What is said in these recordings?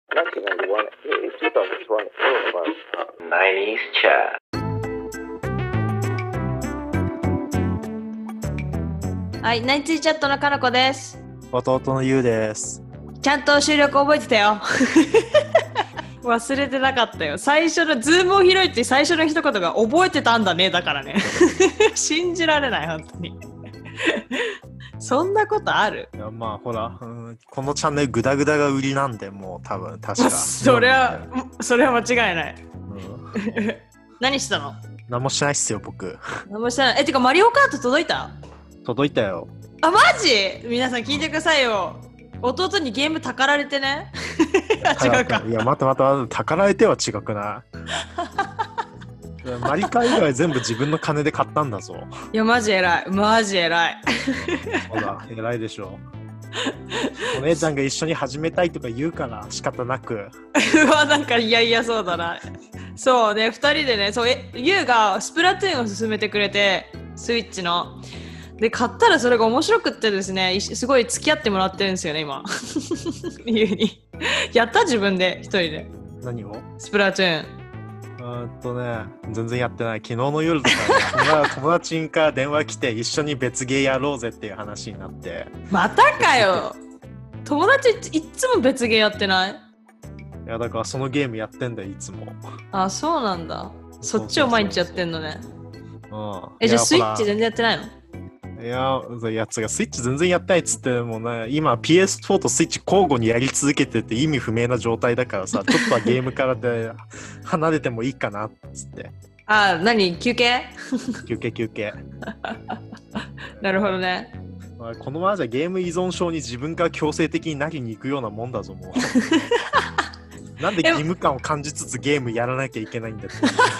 1991, 2020, all of us. 90s chat. はい、ナイツーチャットのかなこです。 弟のゆうです。 ちゃんと収録覚えてたよ。忘れてなかったよ。最初のズームを広いって最初の一言が覚えてたんだね、だからね。信じられない、本当に。そんなことある？ いや、まあほら、このチャンネルグダグダが売りなんで、もう多分確か。 それは間違いない。何したの？ 何もしないっすよ、僕。 何もしてない。てかマリオカート届いた？ 届いたよ。 あ、マジ？皆さん聞いてくださいよ。弟にゲームたかられてね。違うか。 いや、待って、たかられては違くない。マリカ以外全部自分の金で買ったんだぞ。 いや、マジ偉い。マジ偉い。 ほら、偉いでしょ。お姉ちゃんが一緒に始めたいとか言うから仕方なく。 うわ、なんかいやそうだな。そうね、2人でね、ユウがスプラトゥーンを勧めてくれて、スイッチの。で、買ったらそれが面白くってですね、すごい付き合ってもらってるんですよね、今。ユウに。やった自分で、一人で。 何を？ スプラトゥーン。 全然やってない。昨日の夜とか、ね、友達から電話来て一緒に別ゲーやろうぜっていう話になって。 またかよ。友達いつも別ゲーやってない？いや、だからそのゲームやってんだよ、いつも。 あ、そうなんだ。そっちを毎日やってんのね。 じゃあスイッチ全然やってないの？ いやつがスイッチ全然やってないっつってもね、今 PS4 とスイッチ交互にやり続けてて意味不明な状態だからさ、ちょっとはゲームからで離れてもいいかなっつって。 あ、何？休憩休憩。 なるほどね。 このままじゃゲーム依存症に自分から強制的になりに行くようなもんだぞ、もう。なんで義務感を感じつつゲームやらなきゃいけないんだって。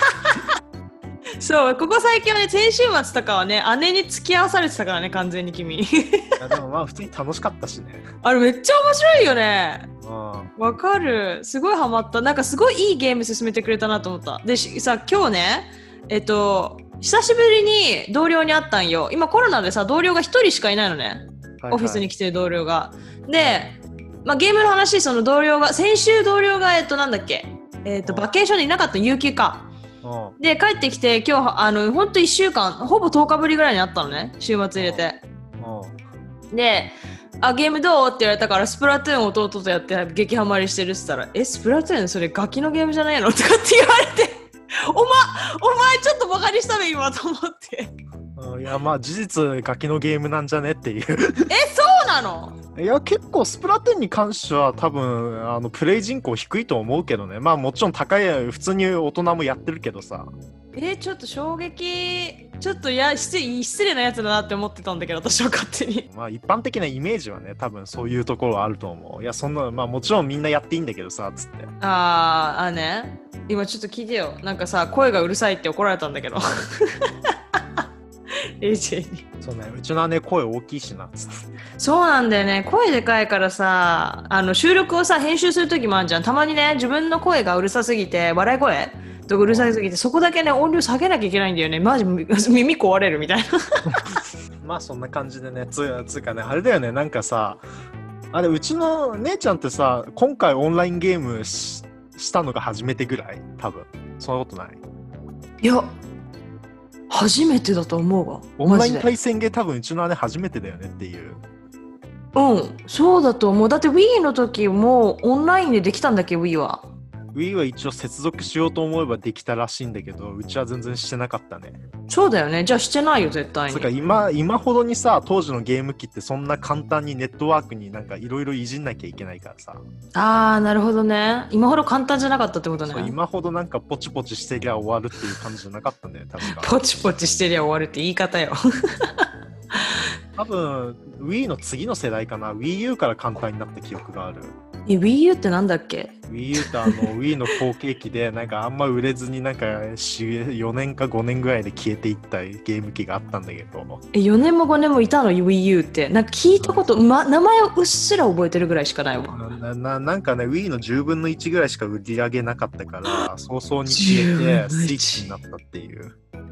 そう、ここ最近はね、先週末とかはね、姉に付き合わされてたからね、完全に君。いやでもまあ普通に楽しかったしね。 あれめっちゃ面白いよね。 わかる。すごいハマった。なんかすごいいいゲーム進めてくれたなと思った。でさ、今日ね、久しぶりに同僚に会ったんよ。今コロナでさ、同僚が一人しかいないのね。はいはい、オフィスに来てる同僚が。で、ゲームの話、その同僚が、先週同僚が、なんだっけ、バケーションでいなかった有給か。で帰ってきて今日ほんと1週間ほぼ10日ぶりぐらいに会ったのね、週末入れて。でゲームどうって言われたから、スプラトゥーン弟とやって激ハマりしてるって言ったら、スプラトゥーンそれガキのゲームじゃないのとかって言われてお前ちょっとバカにしたね今と思って。 いやまあ事実ガキのゲームなんじゃねっていう。 そうなの？ いや結構スプラトゥーンに関しては多分プレイ人口低いと思うけどね。まあもちろん高い、普通に大人もやってるけどさ。 ちょっと衝撃。ちょっと失礼なやつだなって思ってたんだけど、私は勝手に。 まあ一般的なイメージはね、多分そういうところはあると思う。いやそんな、まあもちろんみんなやっていいんだけどさつって。 ね、今ちょっと聞いてよ。なんかさ、声がうるさいって怒られたんだけど。AJ に。 そうね、うちの姉声大きいしなつって。 そうなんだよね、声でかいからさ、収録をさ編集する時もあるじゃん。たまにね、自分の声がうるさすぎて、笑い声とかうるさすぎて、そこだけね音量下げなきゃいけないんだよね。マジ耳壊れるみたいな。 まあそんな感じでね、つうかね、あれだよね、なんかさ、あれうちの姉ちゃんってさ、今回オンラインゲームしたのが初めてぐらい？多分そんなことない？ いや初めてだと思うわ。 オンライン対戦ゲー多分うちの姉初めてだよねっていう。 そうだと思う。だって Wii の時もオンラインでできたんだっけ？ Wii は一応接続しようと思えばできたらしいんだけど、うちは全然してなかったね。 そうだよね。じゃあしてないよ絶対に。 つうか今ほどにさ、当時のゲーム機ってそんな簡単にネットワークになんかいろいろいじんなきゃいけないからさ。 なるほどね。今ほど簡単じゃなかったってことね。 そう、今ほどなんかポチポチしてりゃ終わるっていう感じじゃなかったんだよ確か。 ポチポチしてりゃ終わるって言い方よ。 多分 Wii の次の世代かな。 Wii U から簡単になった記憶がある。 Wii U ってなんだっけ？ Wii U ってWii の後継機でなんかあんま売れずになんか4年か5年ぐらいで消えていったゲーム機があったんだけど。 4年も5年もいたの Wii U って。なんか聞いたこと、名前をうっすら覚えてるぐらいしかないわ。 なんかね Wii の10分の1ぐらいしか売り上げなかったから早々に消えてスイッチになったっていう。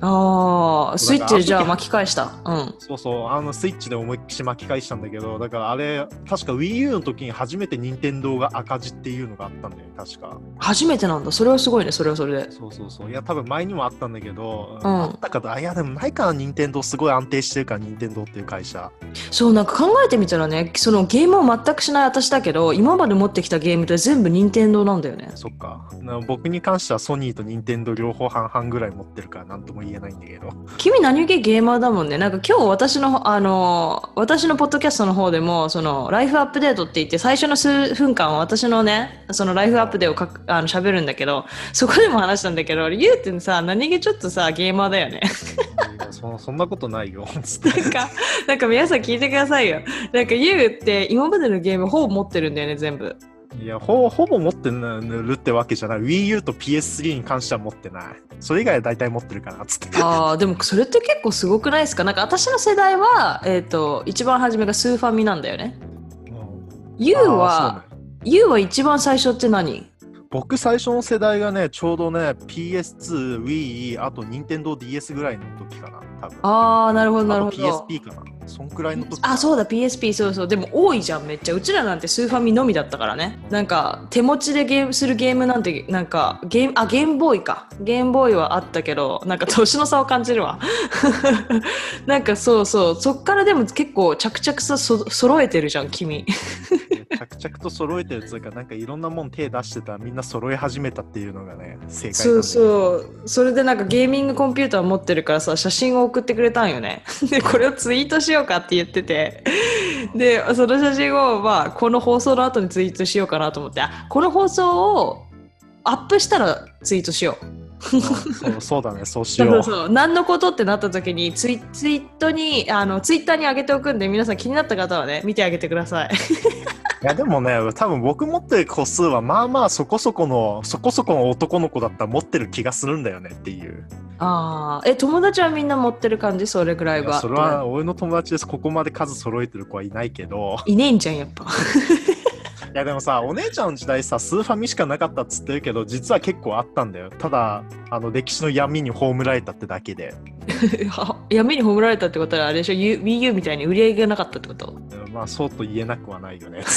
ああ、スイッチでじゃあ巻き返した。うん。 そうそう、スイッチで思いっきり巻き返したんだけど、だからあれ、確か Wii U の時に初めて任天堂が赤字っていうのがあったんだよね、確か。 初めてなんだ。それはすごいね、それはそれで。 そうそうそう。いや、多分前にもあったんだけど、 うんあったかと、いや、でもないかな、任天堂すごい安定してるから、任天堂っていう会社。 そうなんか考えてみたらね、そのゲームを全くしない私だけど、今まで持ってきたゲームって全部任天堂なんだよね。 そっか。僕に関してはソニーと任天堂両方半々ぐらい持ってるから、なんとも言えないんだけど。 君何気ゲーマーだもんね。なんか今日私の私のポッドキャストの方でもそのライフアップデートって言って最初の数分間私のねそのライフアップデートを喋るんだけど、そこでも話したんだけど、ゆうってさ何気ちょっとさゲーマーだよね。 そんなことないよ。 なんか皆さん聞いてくださいよ。なんかゆうって今までのゲームほぼ持ってるんだよね全部。 いや、ほぼ持ってるってわけじゃない。Wii U と PS3 に関しては持ってない。それ以外は大体持ってるかなっつって。 ああ、でもそれって結構すごくないですか？なんか私の世代は、一番初めがスーファミなんだよね。ユウは一番最初って何？ 僕最初の世代がね、ちょうどね、PS2、Wii、あと Nintendo DS ぐらいの時かな、多分。 ああ、なるほど、なるほど。 あと PSP かな。そんくらいの時。 あ、そうだ、PSP、そうそう。でも多いじゃん、めっちゃ。うちらなんてスーファミのみだったからね。なんか、手持ちでゲームするゲームなんて、なんか、ゲームボーイか。ゲームボーイはあったけど、なんか年の差を感じるわ。なんかそうそう、そっからでも結構着々と揃えてるじゃん、君。 着々と揃えてるつうか、なんかいろんなもん手出してたらみんな揃え始めたっていうのがね、正解なんだよね。そう。 それでなんかゲーミングコンピューター持ってるからさ、写真を送ってくれたんよね。で、これをツイートしようかって言ってて。で、その写真をまあ、この放送の後にツイートしようかなと思って、この放送をアップしたらツイートしよう。 そうだね、そうしよう。 そう何のことってなった時にツイッターに上げておくんで、皆さん気になった方はね見てあげてください。 いやでもね、多分僕持ってる個数はまあまあそこそこの男の子だったら持ってる気がするんだよねっていう。 ああ、友達はみんな持ってる感じ？それぐらいは。 それは俺の友達です。ここまで数揃えてる子はいないけど。 いねえんじゃんやっぱ。 いやでもさ、お姉ちゃんの時代さ、スーファミしかなかったっつってるけど、実は結構あったんだよ。ただ歴史の闇に葬られたってだけで。 闇に葬られたってことはあれでしょ、Wii U みたいに売り上げがなかったってこと？ まあそうと言えなくはないよね。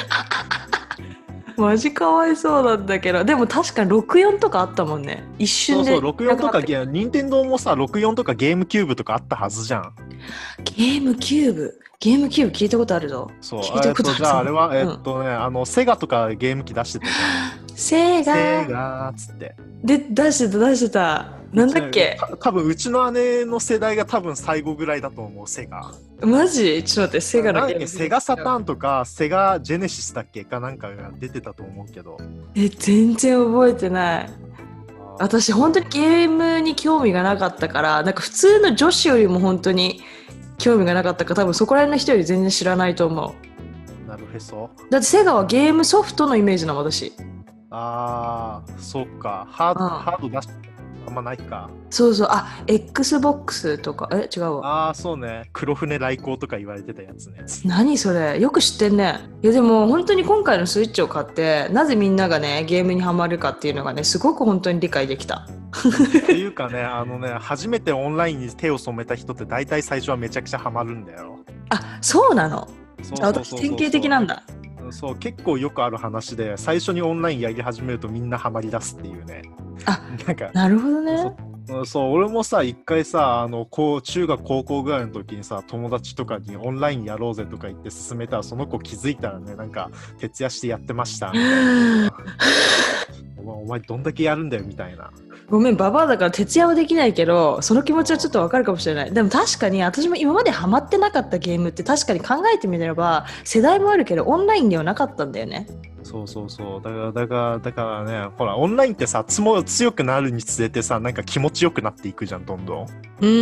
マジかわいそうなんだけど、でも確かに64とかあったもんね、一瞬で。 そう64とか任天堂もさ、64とかゲームキューブとかあったはずじゃん。 ゲームキューブ聞いたことあるぞ。 そう、 聞いたことあるぞ。 じゃああれはセガとかゲーム機出してたじゃん。 セガーっつってで出してた。なんだっけ？ 多分うちの姉の世代が多分最後ぐらいだと思う。セガ。 マジ？ちょっと待って、セガのゲーム。 セガサターンとかセガジェネシスだっけかなんかが出てたと思うけど。 全然覚えてない。私本当にゲームに興味がなかったから、なんか普通の女子よりも本当に興味がなかったから、多分そこら辺の人より全然知らないと思う。 なるへそ。 だってセガはゲームソフトのイメージなの私。 ああ、そっか。ハード出してあんまないか。 そうそう、Xbox とか違うわ。 ああ、そうね。黒船来航とか言われてたやつね。 何それ、よく知ってんね。いやでも本当に今回のスイッチを買ってなぜみんながねゲームにハマるかっていうのがねすごく本当に理解できた。 っていうかね、初めてオンラインに手を染めた人って大体最初はめちゃくちゃハマるんだよ。 あ、そうなの？私典型的なんだ。 そう、結構よくある話で、最初にオンラインやり始めるとみんなハマり出すっていうね。なんかなるほどね。 そう俺もさ、一回さ中学高校ぐらいの時にさ、友達とかにオンラインやろうぜとか言って勧めたら、その子気づいたらね、なんか徹夜してやってましたみたいな。お前どんだけやるんだよみたいな。 ごめん、ババアだから徹夜はできないけど、その気持ちはちょっとわかるかもしれない。でも確かに私も今までハマってなかったゲームって、確かに考えてみれば世代もあるけどオンラインではなかったんだよね。 そうだからね、ほらオンラインってさ、強くなるにつれてさ、なんか気持ちよくなっていくじゃん、どんどん。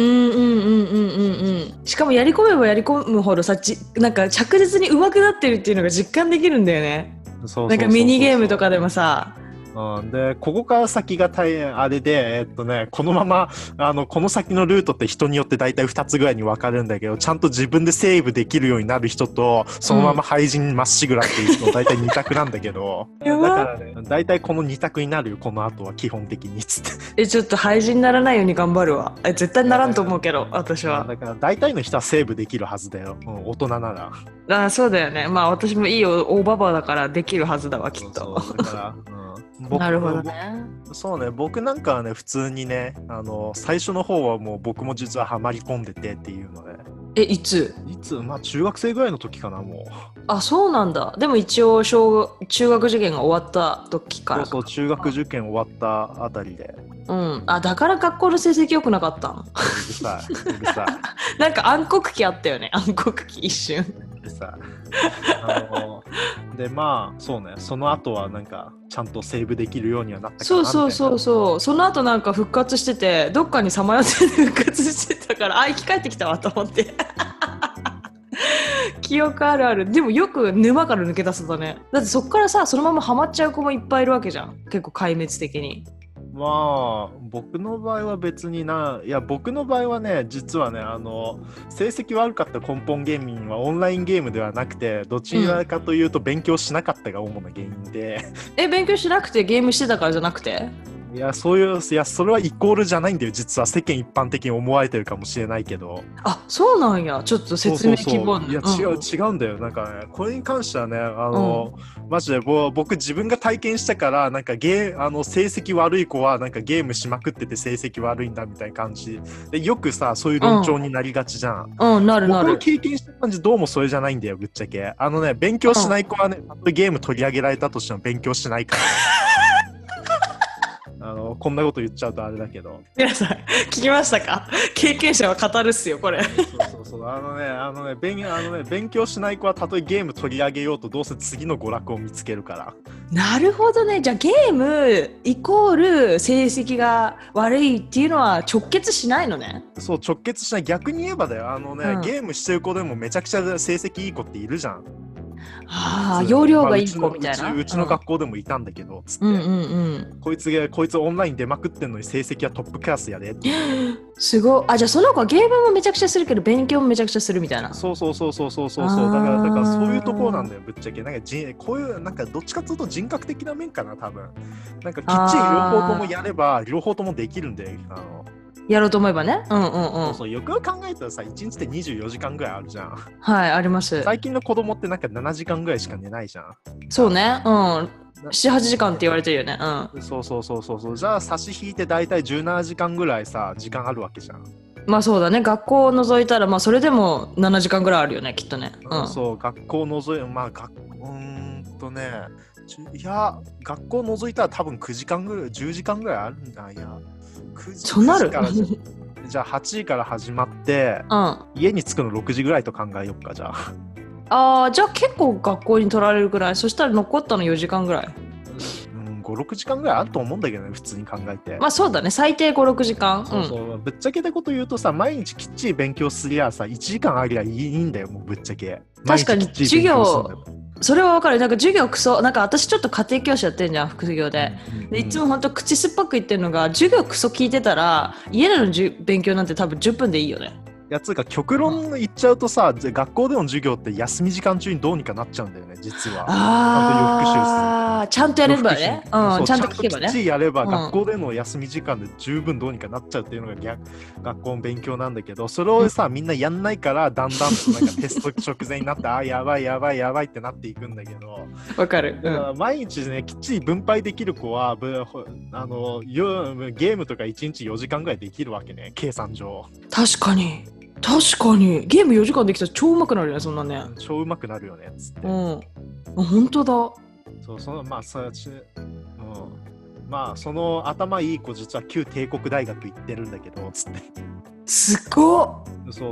しかもやり込めばやり込むほどさ、なんか着実に上手くなってるっていうのが実感できるんだよね。なんかミニゲームとかでもさ、 で、ここから先があれで、このまま、この先のルートって人によって大体2つぐらいに分かるんだけど、ちゃんと自分でセーブできるようになる人と、そのまま廃人まっしぐらっていう人、大体2択なんだけど、だからね、大体この2択になるよ、この後は基本的につって。 ちょっと廃人にならないように頑張るわ。絶対ならんと思うけど、私は。 だから大体の人はセーブできるはずだよ、大人なら。 そうだよね。まあ私もいい大ババアだからできるはずだわ、きっと。 そうだから、 なるほどね。 そうね、僕なんかはね、普通にね、最初の方はもう僕も実はハマり込んでてっていうので。 いつまあ中学生ぐらいの時かな、もう。 あ、そうなんだ。でも一応中学受験が終わった時から。 そう、中学受験終わったあたりで。 だから学校の成績良くなかったの。 うるさい、うるさい。 なんか暗黒期あったよね、暗黒期一瞬。 うるさい。で、まあ、そうね、その後はなんか、ちゃんとセーブできるようにはなったかなみたいな。 そう。その後なんか復活してて、どっかにさまよって復活してたから、生き返ってきたわと思って。記憶ある。でもよく沼から抜け出せたね。だってそっからさ、そのままハマっちゃう子もいっぱいいるわけじゃん。結構壊滅的に。 まあ、僕の場合は別に僕の場合はね、実はね、成績悪かった根本原因はオンラインゲームではなくて、どちらかというと勉強しなかったが主な原因で。 勉強しなくてゲームしてたからじゃなくて？ いや、それはイコールじゃないんだよ、実は。世間一般的に思われてるかもしれないけど。 あ、そうなんや。ちょっと説明希望。 いや、違うんだよ。なんかね、これに関してはね、マジで僕自分が体験したから、なんか成績悪い子はなんかゲームしまくってて成績悪いんだみたいな感じで、よくさ、そういう論調になりがちじゃん。 なる。 僕の経験した感じ、どうもそれじゃないんだよ、ぶっちゃけ。勉強しない子はね、ゲーム取り上げられたとしても勉強しないから。こんなこと言っちゃうとあれだけど。 皆さん、聞きましたか？経験者は語るっすよ、これ。 そう。勉強しない子はたとえゲーム取り上げようとどうせ次の娯楽を見つけるから。 なるほどね。じゃあゲームイコール成績が悪いっていうのは直結しないのね。 そう、直結しない。逆に言えばだよ。ゲームしてる子でもめちゃくちゃ成績いい子っているじゃん。 容量がいい子みたいな。 うちの学校でもいたんだけど、つって、こいつオンライン出まくってんのに成績はトップクラスやでって。 すごい。じゃあその子はゲームもめちゃくちゃするけど勉強もめちゃくちゃするみたいな。 そう。だからそういうところなんだよ、ぶっちゃけ。こういうなんかどっちかというと人格的な面かな、多分。なんかきっちり両方ともやれば両方ともできるんで。 やろうと思えばね。 そう、よくよく考えたらさ、1日って24時間ぐらいあるじゃん。 はい、あります。 最近の子供ってなんか7時間ぐらいしか寝ないじゃん。 そうね。7、8時間って言われてるよね。 そう。じゃあ差し引いて大体17時間ぐらいさ、時間あるわけじゃん。 まあそうだね。学校を除いたら、まあそれでも7時間ぐらいあるよね、きっとね。 そう、学校を除いて、まあいや、学校を除いたら多分9時間ぐらい、10時間ぐらいあるんだ。いや。 そうなる？ じゃあ8時から始まって、家に着くの6時ぐらいと考えよっか、じゃあ。じゃあ結構学校に取られるぐらい。そしたら残ったの4時間ぐらい。 5、6時間ぐらいあると思うんだけどね、普通に考えて。 まあそうだね、最低5、6時間。 そう、ぶっちゃけたこと言うとさ、毎日きっちり勉強すりゃさ、1時間ありゃいいんだよ、もうぶっちゃけ。 確かに授業、それは分かる。なんか授業クソ、なんか私ちょっと家庭教師やってんじゃん、副業で。でいつもほんと口酸っぱく言ってるのが、授業クソ聞いてたら、家での勉強なんて多分10分でいいよね。 いや、つうか極論言っちゃうとさ、学校での授業って休み時間中にどうにかなっちゃうんだよね、実は。 ちゃんとやればね。ちゃんと聞けばね。 きっちりやれば、学校での休み時間で十分どうにかなっちゃうっていうのが学校の勉強なんだけど、それをさ、みんなやんないから、だんだんとなんかテスト直前になって、やばいってなっていくんだけど。 わかる。 毎日ね、きっちり分配できる子は、ゲームとか1日4時間ぐらいできるわけね、計算上。 確かにゲーム4時間できたら超うまくなるよね、そんなね。 超うまくなるよね、つって。 本当だ。 まあその頭いい子、実は旧帝国大学行ってるんだけど、つって。 すごっ。 そう。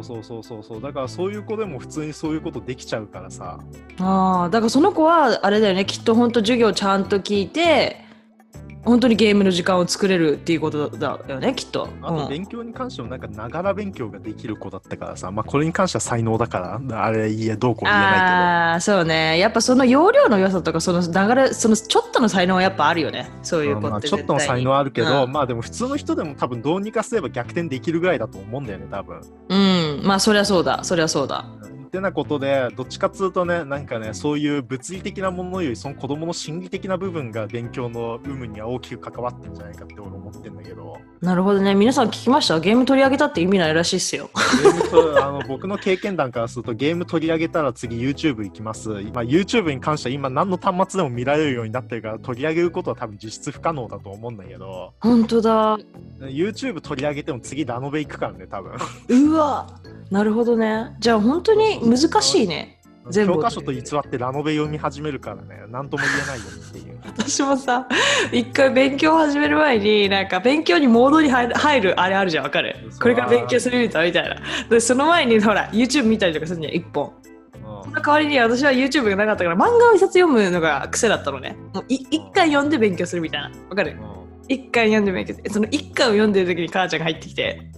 だからそういう子でも普通にそういうことできちゃうからさ。 だからその子はあれだよね、きっと本当授業ちゃんと聞いて、 本当にゲームの時間を作れるっていうことだよね、きっと。 あと勉強に関してもなんかながら勉強ができる子だったからさ、まあこれに関しては才能だから、あれどうこう言えないけど。 ああ、そうね。やっぱその容量の良さとか、その流れ、そのちょっとの才能はやっぱあるよね。そういう子まあ、 ってちょっとの才能はあるけど、 うん、 まあでも普通の人でも多分どうにかすれば逆転できるぐらいだと思うんだよね、多分。 うん、まあそりゃそうだ、そりゃそうだ。 ってなことで、どっちかっつうとね、なんかね、そういう物理的なものより、その子供の心理的な部分が勉強の有無には大きく関わってんじゃないかって俺思ってんだけど。 なるほどね。皆さん聞きました？ゲーム取り上げたって意味ないらしいっすよ。 ゲームと僕の経験談からすると、ゲーム取り上げたら次 YouTube 行きます。まあ、YouTube に関しては今何の端末でも見られるようになってるから取り上げることは多分実質不可能だと思うんだけど。 本当だ。 YouTube 取り上げても次ラノベ行くからね、多分。 うわ、なるほどね。じゃあ本当に難しいね。全部教科書と偽ってラノベ読み始めるからね、何とも言えないよっていう。 私もさ、一回勉強始める前に、なんか勉強にモードに入るあれあるじゃん、わかる？これから勉強するみたいな。で、その前にほら、YouTube 見たりとかするには一本。その代わりに私は YouTube がなかったから漫画を一冊読むのが癖だったのね。もう一回読んで勉強するみたいな。わかる？一回読んで勉強する。その一回を読んでる時に母ちゃんが入ってきて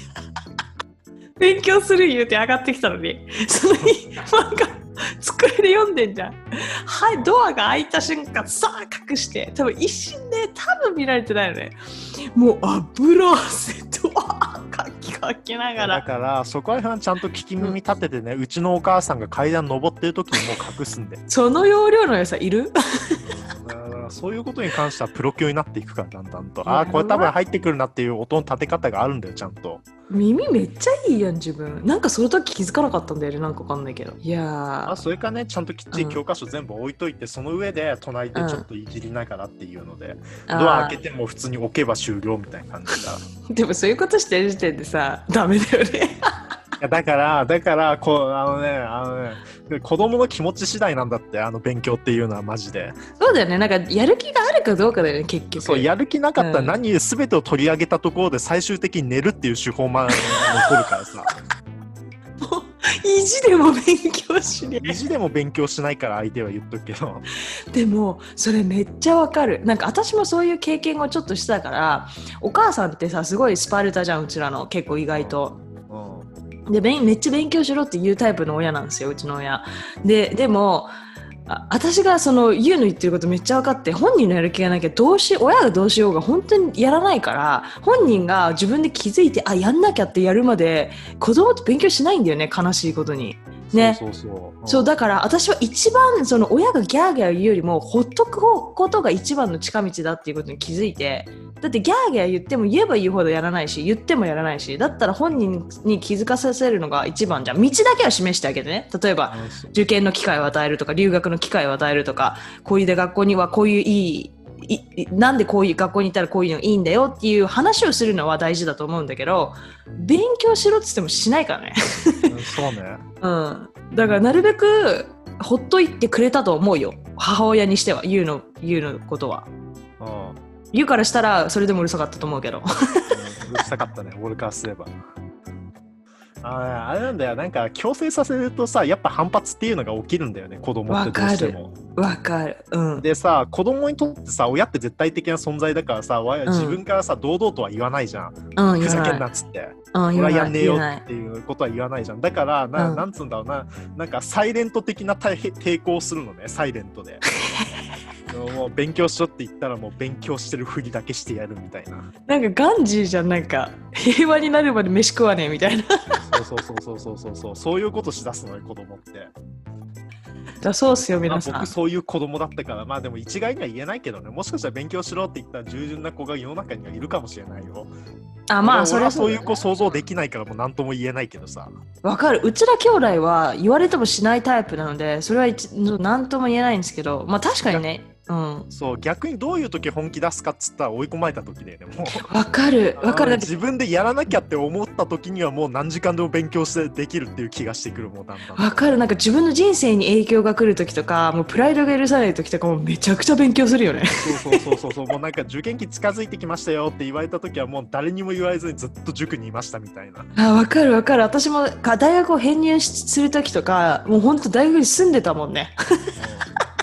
勉強する言うて上がってきたのに、その漫画机で読んでんじゃん。はい、ドアが開いた瞬間さあ隠して、多分一瞬で多分見られてないよね。もう油汗とかきながら。 だからそこはちゃんと聞き耳立ててね、うちのお母さんが階段登ってる時にもう隠すんで。 その容量の良さいる？ そういうことに関してはプロ級になっていくから、だんだんと。ああ、これ多分入ってくるなっていう音の立て方があるんだよ、ちゃんと。 耳めっちゃいいやん、自分。なんかその時気づかなかったんだよね、なんかわかんないけど。いやー。 それかね、ちゃんときっちり教科書全部置いといて、その上で隣でちょっといじりながらっていうので、ドア開けても普通に置けば終了みたいな感じだ。 でもそういうことしてる時点でさ、ダメだよね。 だから子供の気持ち次第なんだって、勉強っていうのはマジで。 そうだよね。なんかやる気があるかどうかだよね、結局。 そう、やる気なかったら全てを取り上げたところで最終的に寝るっていう手法も残るからさ。 もう意地でも勉強しね。 意地でも勉強しないから相手は言っとくけど。 でもそれめっちゃわかる。なんか私もそういう経験をちょっとしてたから、お母さんってさ、すごいスパルタじゃん、うちらの。結構意外と。でめっちゃ勉強しろっていうタイプの親なんですよ、うちの親でも私がその言うの言ってることめっちゃ分かって、本人のやる気がなきゃ親がどうしようが本当にやらないから、本人が自分で気づいてやんなきゃってやるまで子供って勉強しないんだよね、悲しいことにね。そうだから私は一番その親がギャーギャー言うよりもほっとくことが一番の近道だっていうことに気づいて、だってギャーギャー言っても言えば言うほどやらないし、言ってもやらないし、だったら本人に気づかさせるのが一番じゃん。道だけは示してあげてね。例えば受験の機会を与えるとか、留学の機会を与えるとか、こういう学校にはこういうなんでこういう学校に行ったらこういうのいいんだよっていう話をするのは大事だと思うんだけど、勉強しろって言ってもしないからね。 そうね。 だからなるべくほっといてくれたと思うよ、母親にしては。言うのことは。言うからしたらそれでもうるさかったと思うけど。 うるさかったね、俺からすれば。あれなんだよ、なんか強制させるとさ、やっぱ反発っていうのが起きるんだよね、子供ってどうしても。 わかる。 でさ、子供にとってさ、親って絶対的な存在だからさ、自分からさ、堂々とは言わないじゃん。ふざけんなっつって。俺はやんねえよっていうことは言わないじゃん。だからなんつうんだろうな、なんかサイレント的な抵抗するのね、サイレントで。もう勉強しろって言ったらもう勉強してるふりだけしてやるみたいな。 なんかガンジーじゃん、なんか平和になるまで飯食わねえみたいな。 そういうことしだすのよ、子供って。 だそうっすよ、皆さん。 僕そういう子供だったから、まあでも一概には言えないけどね、もしかしたら勉強しろって言ったら従順な子が世の中にはいるかもしれないよ。 まあそれはそういう子想像できないからもう何とも言えないけどさ。 わかる。うちら兄弟は言われてもしないタイプなので、それは何とも言えないんですけど、まあ確かにね。 そう逆にどういう時本気出すかっつったら追い込まれた時だよね。もうわかる。 自分でやらなきゃって思った時にはもう何時間でも勉強してできるっていう気がしてくる。もうだんだんわかる。なんか自分の人生に影響が来る時とか、もうプライドが許さない時とかもめちゃくちゃ勉強するよね。 そうもうなんか受験期近づいてきましたよって言われた時はもう誰にも言われずにずっと塾にいましたみたいな。 わかる。私も大学を編入する時とかもうほんと大学に住んでたもんね。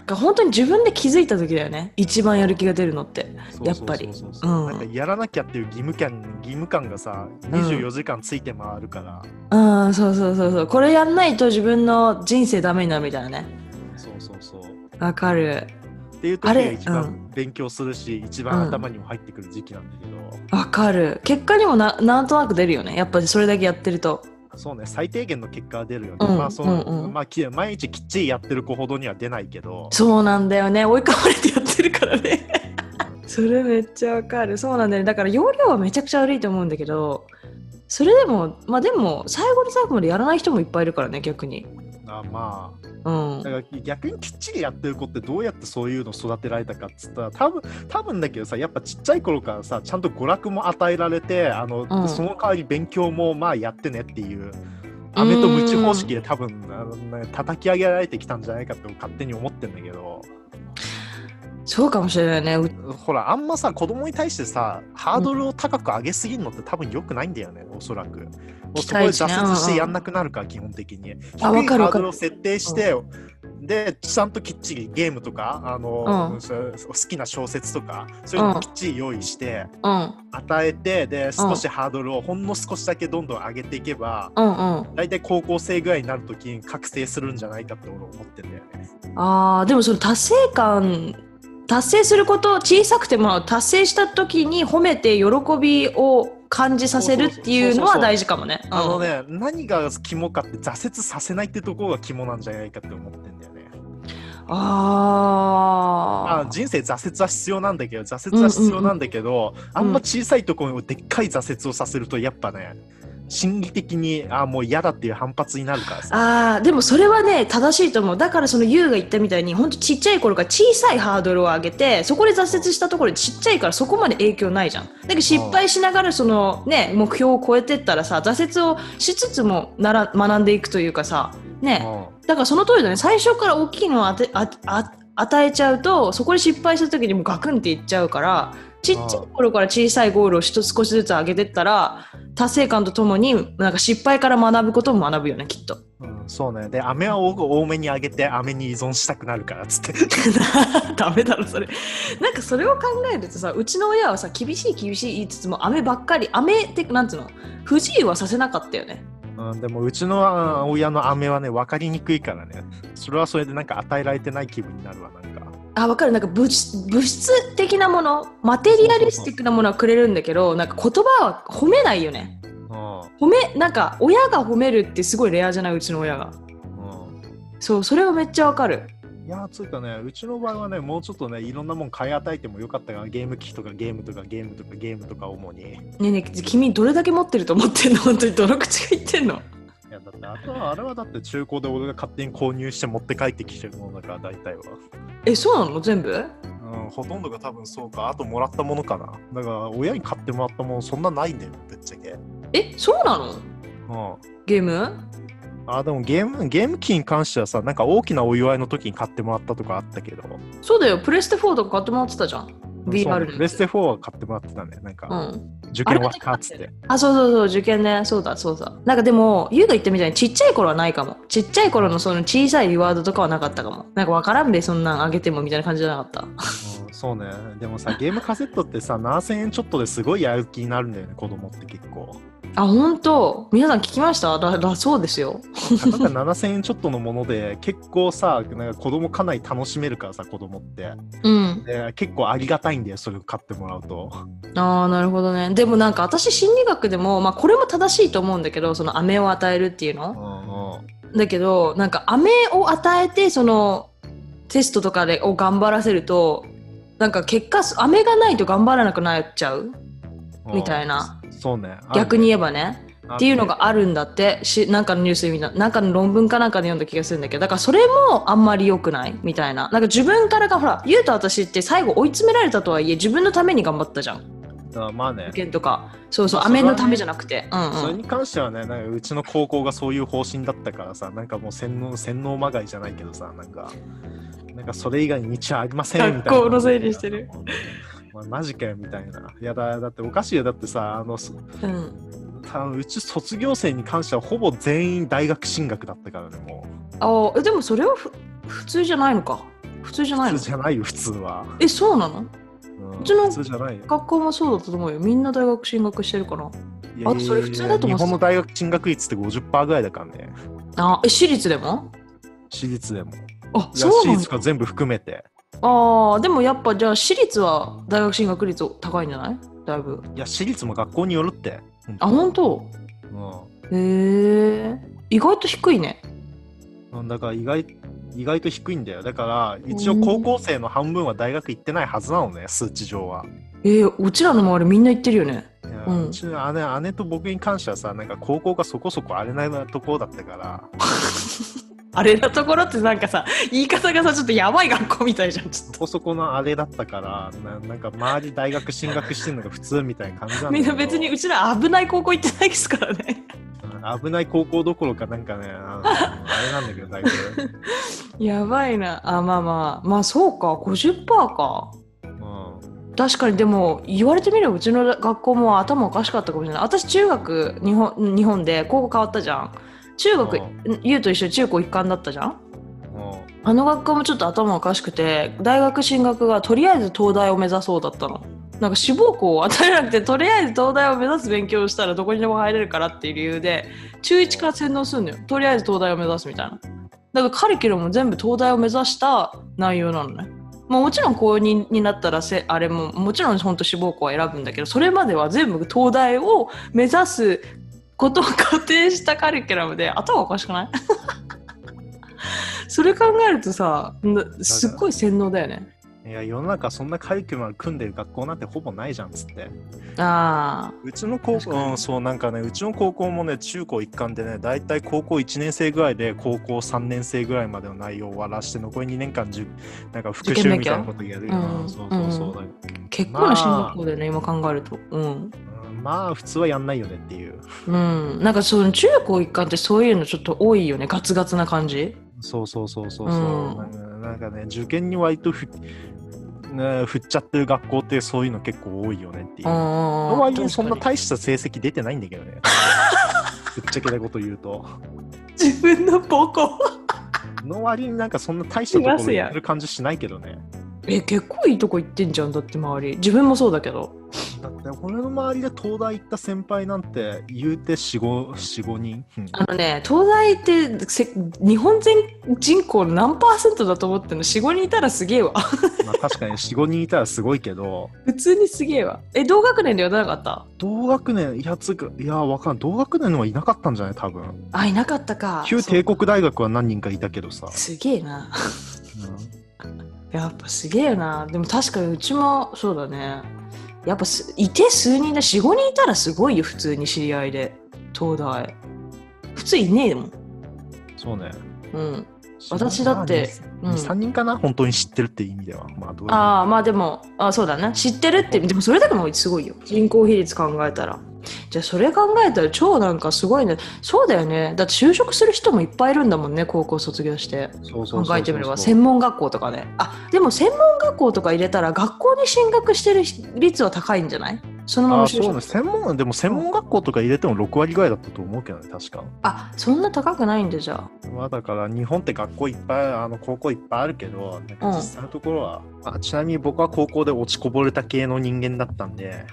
か本当に自分で気づいた時だよね。一番やる気が出るのって。やっぱり。 なんかやらなきゃっていう義務感がさ、24時間ついて回るから。そう。これやんないと自分の人生ダメになるみたいなね。 そう。 わかる。 っていう時が一番勉強するし、一番頭にも入ってくる時期なんだけど。 わかる。結果にもなんとなく出るよね。やっぱりそれだけやってると。 そうね、最低限の結果は出るよね。毎日きっちりやってる子ほどには出ないけど。 そうなんだよね。追い込まれてやってるからね。それめっちゃわかる。そうなんだよね。だから容量はめちゃくちゃ悪いと思うんだけど、それでも、でも最後の最後までやらない人もいっぱいいるからね、逆に。 だから逆にきっちりやってる子ってどうやってそういうの育てられたかっつったら多分だけどさ、やっぱちっちゃい頃からさ、ちゃんと娯楽も与えられてその代わり勉強もやってねっていう飴とムチ方式で多分叩き上げられてきたんじゃないかって勝手に思ってんだけど。 そうかもしれないね。 ほら、あんまさ子供に対してさハードルを高く上げすぎるのって多分良くないんだよね、おそらく。そこで挫折してやんなくなるから、基本的に。低いハードルを設定して、で、ちゃんときっちりゲームとか、好きな小説とか、そういうのをきっちり用意して、与えて、で、少しハードルをほんの少しだけどんどん上げていけば、だいたい高校生ぐらいになるときに覚醒するんじゃないかって俺思ってんだよね。 でもその達成すること、小さくても達成した時に褒めて喜びを感じさせるっていうのは大事かもね。 何が肝かって挫折させないってところが肝なんじゃないかって思ってんだよね。人生挫折は必要なんだけど、あんま小さいところにでっかい挫折をさせるとやっぱね、心理的にもう嫌だっていう反発になるからさ。 でもそれはね正しいと思う。だからそのユウが言ったみたいに、ほんとちっちゃい頃から小さいハードルを上げて、そこで挫折したところでちっちゃいからそこまで影響ないじゃん。だけど失敗しながらそのね目標を超えてったらさ、挫折をしつつも学んでいくというかさね。だからその通りだね。最初から大きいのを与えちゃうと、そこで失敗した時にもガクンっていっちゃうから、ちっちゃい頃から小さいゴールを少しずつ上げてったら、達成感とともになんか失敗から学ぶことも学ぶよね、きっと。 そうね。で、飴は多めにあげて飴に依存したくなるからっつってダメだろそれ。なんかそれを考えるとさ、うちの親はさ、厳しい言いつつも飴ばっかり、飴ってなんつうの、不自由はさせなかったよね。 でもうちの親の飴はね、分かりにくいからね、それはそれでなんか与えられてない気分になるわ。なんか分かる。なんか物質的なもの、マテリアリスティックなものはくれるんだけど、なんか言葉は褒めないよね。なんか親が褒めるってすごいレアじゃない、うちの親が。そう、それはめっちゃわかる。 いやつうかね、うちの場合はね、もうちょっとね、いろんなもん買い与えてもよかったから、ゲーム機とかゲームとか主に。 ねえねえ、君どれだけ持ってると思ってんの？本当にどの口が言ってんの？ いやだってあれはだって中古で俺が勝手に購入して持って帰ってきてるものだから、大体は。 そうなの？全部？ ほとんどが多分そうか。あともらったものかな。だから親に買ってもらったものそんなないんだよ、ぶっちゃけ。 そうなの？ゲーム？ でもゲーム機に関してはさ、なんか大きなお祝いの時に買ってもらったとかあったけど。 そうだよ、プレステ4とか買ってもらってたじゃん。VR で。 プレステ4は買ってもらってたね。なんか、受験終わったっつって。 そう、受験ね。そうだ。なんかでも、ユウが言ったみたいにちっちゃい頃はないかも。ちっちゃい頃のその小さいリワードとかはなかったかも。なんかわからんべ、そんなんあげてもみたいな感じじゃなかった。 そうね。でもさ、ゲームカセットってさ、7000円ちょっとですごいやる気になるんだよね、子供って結構。 本当？皆さん聞きました？だそうですよ。 なんか7000円ちょっとのもので結構さ、なんか子供かなり楽しめるからさ、子供って。で結構ありがたいんだよ、それを買ってもらうと。 なるほどね。でもなんか私心理学でも、これも正しいと思うんだけど、その飴を与えるっていうの。だけどなんか飴を与えてそのテストとかを頑張らせると、なんか結果飴がないと頑張らなくなっちゃうみたいな。 そうね。 逆に言えばね。っていうのがあるんだって。なんかのニュースでなんかの論文かなんかで読んだ気がするんだけど、だからそれもあんまり良くないみたいな。なんか自分からほら、ユウと私って最後追い詰められたとはいえ自分のために頑張ったじゃん。 まあね。 受験とか。そう、飴のためじゃなくて。 それに関してはね、なんかうちの高校がそういう方針だったからさ、なんかもう洗脳まがいじゃないけどさ、なんかそれ以外に道はありませんみたいな。 学校のせいにしてる。 マジかよみたいな。いやだっておかしいよ。だってさ、うち卒業生に関してはほぼ全員大学進学だったからね、もう。でもそれは普通じゃないのか。 普通じゃないの？ 普通じゃないよ、普通は。 そうなの？ うん、 うちの普通じゃないよ。 学校もそうだったと思うよ。みんな大学進学してるから。あとそれ普通だと思ってた。 日本の大学進学率って 50% ぐらいだからね。 私立でも？ 私立でも。 そうなんだ。 私立が全部含めて。 でもやっぱじゃあ私立は大学進学率高いんじゃない？だいぶ。 いや、私立も学校によるって。 本当？ うん。 意外と低いね。 だから意外と低いんだよ。だから一応高校生の半分は大学行ってないはずなのね、数値上は。 うちらの周りみんな行ってるよね。 うちの姉と僕に関してはさ、なんか高校がそこそこあれなところだったからあれなところってなんかさ、言い方がさちょっとやばい学校みたいじゃん。 そこそこのあれだったからなんか周り大学進学してるのが普通みたいな感じなんだけど、 みんな別にうちら危ない高校行ってないですからね。 危ない高校どころかなんかね、あれなんだけどだいぶやばいな。まあそうか、 50% か。確かに。でも言われてみればうちの学校も頭おかしかったかもしれない。私中学日本で高校変わったじゃん。中学ゆうと一緒に中高一貫だったじゃん。あの学校もちょっと頭おかしくて、大学進学がとりあえず東大を目指そうだったの。なんか志望校を与えなくて、とりあえず東大を目指す勉強をしたらどこにでも入れるからっていう理由で中1から洗脳するのよ。とりあえず東大を目指すみたいな。だからカリキュラムも全部東大を目指した内容なのね。もちろん公認になったらあれももちろん本当志望校は選ぶんだけど、それまでは全部東大を目指すことを仮定したカリキュラムで、頭おかしくない？それ考えるとさ、すっごい洗脳だよね。 いや、世の中そんなカリキュラム組んでる学校なんてほぼないじゃんっつって。うちの高校、そうなんかね、うちの高校もね、中高一貫でね、だいたい高校1年生ぐらいで高校3年生ぐらいまでの内容を終わらして、残り2年間なんか復習みたいなことやるよ。結構な進学校だよね、今考えると。 まあ普通はやんないよねっていう。 なんかその中高一貫ってそういうのちょっと多いよね、ガツガツな感じ。 そう、なんかね、受験に割と振っちゃってる学校ってそういうの結構多いよねっていう。の割にそんな大した成績出てないんだけどね。ぶっちゃけたこと言うと。 自分の母校の割になんかそんな大したところでやる感じしないけどね。 結構いいとこ行ってんじゃん。だって周り、自分もそうだけど。 だって俺の周りで東大行った先輩なんて言うて4、5人。 東大って日本全人口の何%だと思ってんの？ 4、5 人いたらすげえわ。 まあ確かに4、5人いたらすごいけど。 普通にすげえわ。同学年ではなかった？ 同学年、わかんない。同学年のはいなかったんじゃない多分。 いなかったか。 旧帝国大学は何人かいたけどさ。 すげえな。やっぱすげえな。でも確かにうちもそうだね。やっぱいて数人だ。4、5人いたらすごいよ。普通に知り合いで東大普通いねえもん。 そうね。 私だって 2、3人かな、本当に知ってるっていう意味では。 まあでもそうだね、知ってるってでもそれだけもすごいよ、人口比率考えたら。じゃあそれ考えたら超なんかすごいね。そうだよね。だって就職する人もいっぱいいるんだもんね、高校卒業して。考えてみれば専門学校とかね。でも専門学校とか入れたら学校に進学してる率は高いんじゃない？そのまま就職。 そうね。でも専門学校とか入れても6割ぐらいだったと思うけどね、確か。 そんな高くないんでじゃあ。だから日本って学校いっぱい高校いっぱいあるけど、なんか実際のところは、ちなみに僕は高校で落ちこぼれた系の人間だったんで。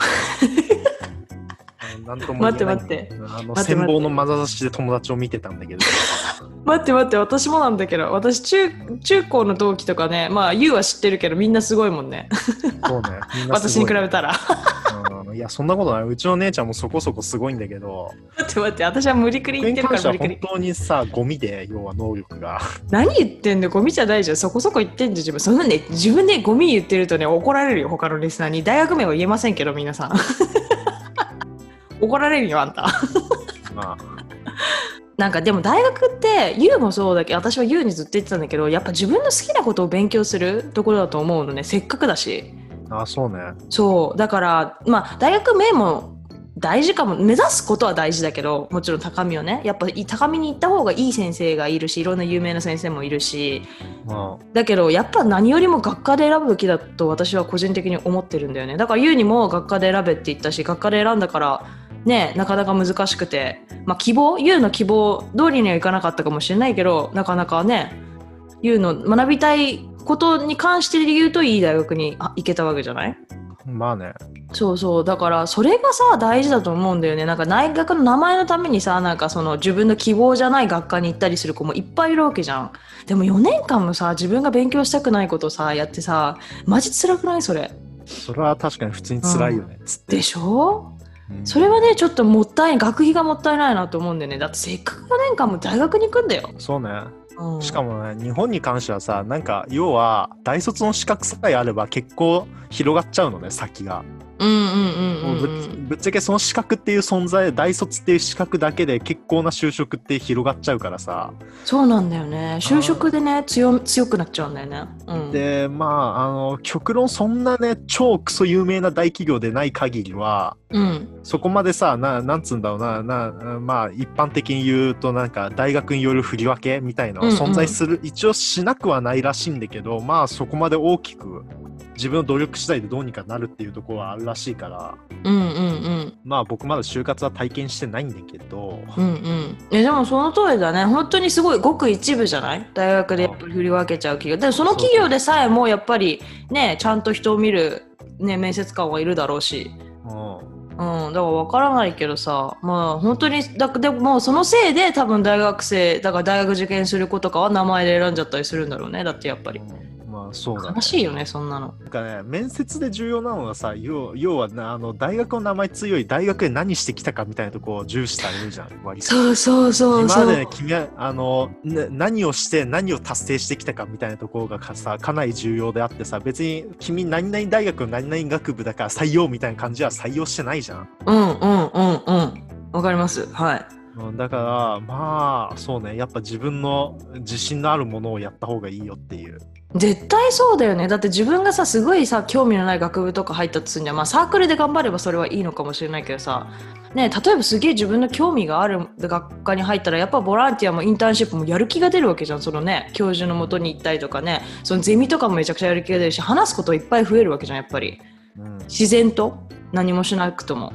なんとも言えない。待って。羨望の眼差しで友達を見てたんだけど。 待って、私もなんだけど、私中高の同期とかね、ユウは知ってるけどみんなすごいもんね。 そうね。 私に比べたら。 いや、そんなことない。うちの姉ちゃんもそこそこすごいんだけど。 待って、私は無理くり言ってるから無理くり。 本当にさ、ゴミで、要は能力が。 何言ってんの？ゴミじゃないじゃん。そこそこ言ってんじゃん。そんなね、自分でゴミ言ってるとね、怒られるよ、他のリスナーに。大学名は言えませんけど、皆さん。怒られるよ、あんた。なんかでも大学ってユウもそうだけど、私はユウにずっと言ってたんだけど、やっぱ自分の好きなことを勉強するところだと思うのね。せっかくだし。 そうね。 そうだから大学名も大事かも。目指すことは大事だけど、もちろん高みをね、やっぱ高みに行った方がいい先生がいるし、いろんな有名な先生もいるし、だけどやっぱ何よりも学科で選ぶべきだと私は個人的に思ってるんだよね。だからユウにも学科で選べって言ったし、学科で選んだからね、なかなか難しくて、ユウの希望通りにはいかなかったかもしれないけど、なかなかね、ユウの学びたいことに関して言うといい大学に行けたわけじゃない？ まあね。 そうそう。だからそれがさ大事だと思うんだよね。なんか大学の名前のためにさ、なんかその自分の希望じゃない学科に行ったりする子もいっぱいいるわけじゃん。でも4年間もさ自分が勉強したくないことさやってさ、マジ辛くない？それ。 それは確かに普通に辛いよね、つって。 でしょ？それはねちょっともったいない、学費がもったいないなと思うんだよね。だってせっかく4年間も大学に行くんだよ。 そうね。しかもね、日本に関してはさ、なんか要は大卒の資格さえあれば結構広がっちゃうのね、先が。ぶっちゃけその資格っていう存在、大卒っていう資格だけで結構な就職って広がっちゃうからさ。 そうなんだよね。就職でね強くなっちゃうんだよね。 でまあ極論そんなね超クソ有名な大企業でない限りは、そこまでさなんつうんだろうなまあ一般的に言うとなんか大学による振り分けみたいなの存在する、一応しなくはないらしいんだけど、まあそこまで大きく自分の努力次第でどうにかなるっていうところはあるらしいから、まあ僕まだ就活は体験してないんだけど、 でもその通りだね。本当にすごいごく一部じゃない？大学でやっぱり振り分けちゃう企業で、その企業でさえもやっぱりねちゃんと人を見る、ね、面接官はいるだろうし、だから分からないけどさ、まあ本当にでもそのせいで多分大学受験する子とかは名前で選んじゃったりするんだろうね。だってやっぱり。 まあそうだね、 悲しいよねそんなの。 なんかね、面接で重要なのはさ、要は大学の名前強い大学で何してきたかみたいなところを重視されるじゃん。割とそう今まで、ね、君は何をして何を達成してきたかみたいなところがさかなり重要であってさ、別に君何々大学の何々学部だから採用みたいな感じは採用してないじゃん。 わかります。はい。 だからまあそうね、やっぱ自分の自信のあるものをやった方がいいよっていう。 絶対そうだよね。だって自分がさすごいさ興味のない学部とか入ったとするんじゃん。まあサークルで頑張ればそれはいいのかもしれないけどさ、ね、例えばすげえ自分の興味がある学科に入ったらやっぱボランティアもインターンシップもやる気が出るわけじゃん。そのね教授の元に行ったりとかね、そのゼミとかもめちゃくちゃやる気が出るし、話すこといっぱい増えるわけじゃんやっぱり、自然と何もしなくとも。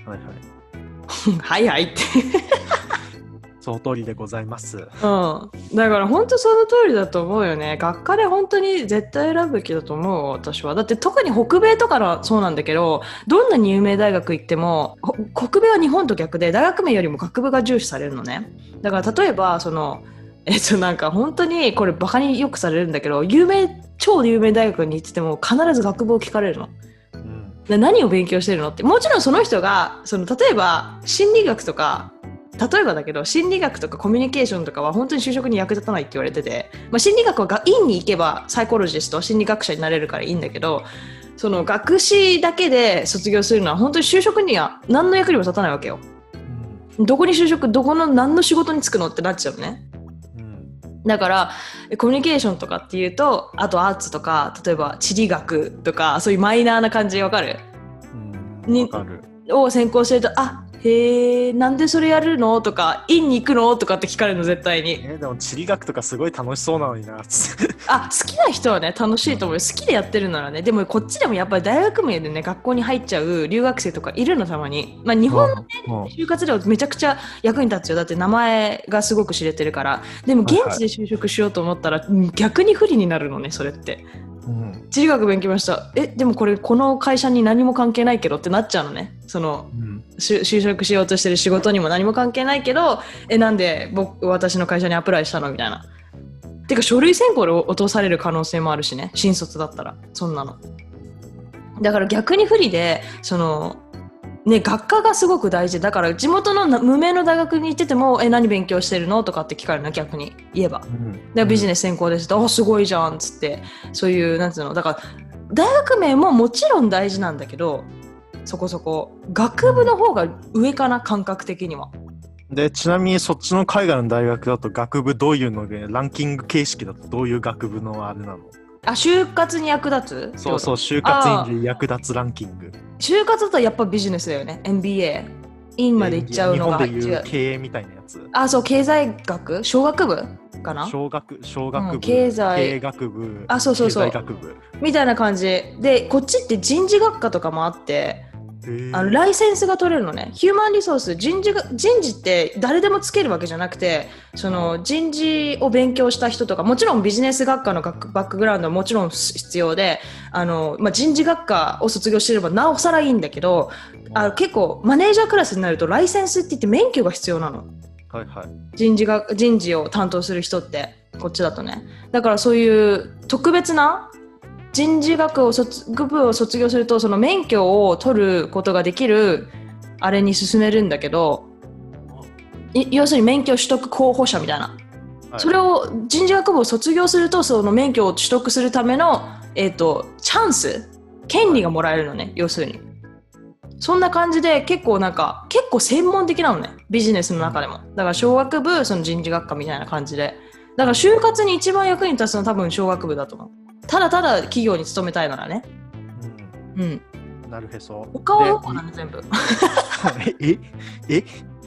はいはいってその通りでございます。 だから本当その通りだと思うよね。学科で本当に絶対選ぶべきだと思う私は。だって特に北米とかのそうなんだけど、どんなに有名大学行っても北米は日本と逆で大学名よりも学部が重視されるのね。だから例えばなんか本当にこれバカによくされるんだけど、超有名大学に行ってても必ず学部を聞かれるの。で何を勉強してるのって、もちろんその人が例えば心理学とか、例えばだけど心理学とかコミュニケーションとかは本当に就職に役立たないって言われてて、心理学は院に行けばサイコロジスト心理学者になれるからいいんだけど、その学士だけで卒業するのは本当に就職には何の役にも立たないわけよ。どこに就職、どこの何の仕事に就くのってなっちゃうね。だからコミュニケーションとかっていうと、あとアーツとか例えば地理学とかそういうマイナーな感じわかる？ わかる。 を専攻してると、へえ、なんでそれやるのとか、院に行くのとかって聞かれるの絶対に。 でも地理学とかすごい楽しそうなのにな。 好きな人はね楽しいと思うよ。好きでやってるならね。でもこっちでもやっぱり大学名でね学校に入っちゃう留学生とかいるのたまに。日本の、ね就活ではめちゃくちゃ役に立つよ。だって名前がすごく知れてるから。でも現地で就職しようと思ったら、逆に不利になるのねそれって。地理学勉強しました。でもこの会社に何も関係ないけどってなっちゃうのね。就職しようとしてる仕事にも何も関係ないけど、なんで私の会社にアプライしたのみたいな。てか書類選考で落とされる可能性もあるしね、新卒だったらそんなの。だから逆に不利で、学科がすごく大事だから、地元の無名の大学に行ってても何勉強してるのとかって聞かれるの、逆に言えば、でビジネス専攻ですと、すごいじゃんっつって、そういうなんつうの、だから大学名ももちろん大事なんだけど、そこそこ学部の方が上かな、感覚的には。 でちなみにそっちの海外の大学だと学部どういうので、ランキング形式だとどういう学部のあれなの？ 就活に役立つ？ そう就活に役立つランキング。 就活だとやっぱビジネスだよね。 MBA 院まで行っちゃうのが日本でいう経営みたいなやつ。 そう、経済学商学部かな。 小学部、 経済学部、 そう経済学部みたいな感じで、こっちって人事学科とかもあって、 ライセンスが取れるのね。ヒューマンリソース、人事って誰でもつけるわけじゃなくて、その人事を勉強した人とか、もちろんビジネス学科のバックグラウンドはもちろん必要で、人事学科を卒業してればなおさらいいんだけど、結構マネージャークラスになるとライセンスって言って免許が必要なの。 はいはい。 人事を担当する人ってこっちだとね。だからそういう特別な人事学部を卒業するとその免許を取ることができるあれに進めるんだけど、要するに免許取得候補者みたいな、はい、それを人事学部を卒業するとその免許を取得するための、チャンス権利がもらえるのね、要するにそんな感じで結構専門的なのね、ビジネスの中でも。だから商学部その人事学科みたいな感じで、だから就活に一番役に立つのは多分商学部だと思う。ただ企業に勤めたいならね。 なるへそ。 他はどこなの全部。 え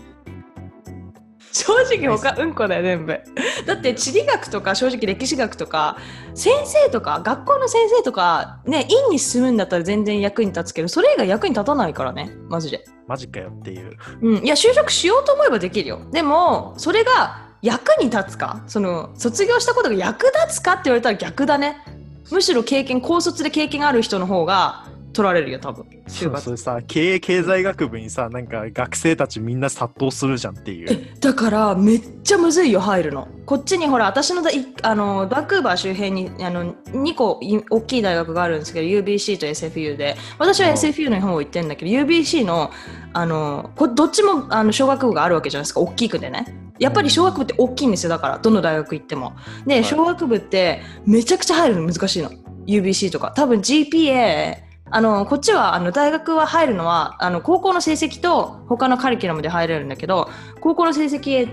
正直他うんこだよ全部。だって地理学とか正直歴史学とか先生とか学校の先生とかね、院に進むんだったら全然役に立つけど、それ以外役に立たないからね、マジで。 マジかよっていう。 いや就職しようと思えばできるよ。でもそれが役に立つか、その卒業したことが役立つかって言われたら逆だね。むしろ高卒で経験がある人の方が取られるよ多分。 それさ、経営学部にさ、なんか学生たちみんな殺到するじゃんっていう。 だからめっちゃむずいよ入るの。こっちにほら私のバンクーバー周辺に2個大きい大学があるんですけど、 UBC と SFU で、私は SFU の方を行ってるんだけど、UBC のどっちも商学部があるわけじゃないですか、大きくでね。やっぱり商学部って大きいんですよ、だからどの大学行っても。で、商学部ってめちゃくちゃ入るの難しいの、 UBC とか。多分 GPAこっちは大学は入るのは高校の成績と他のカリキュラムで入れるんだけど、高校の成績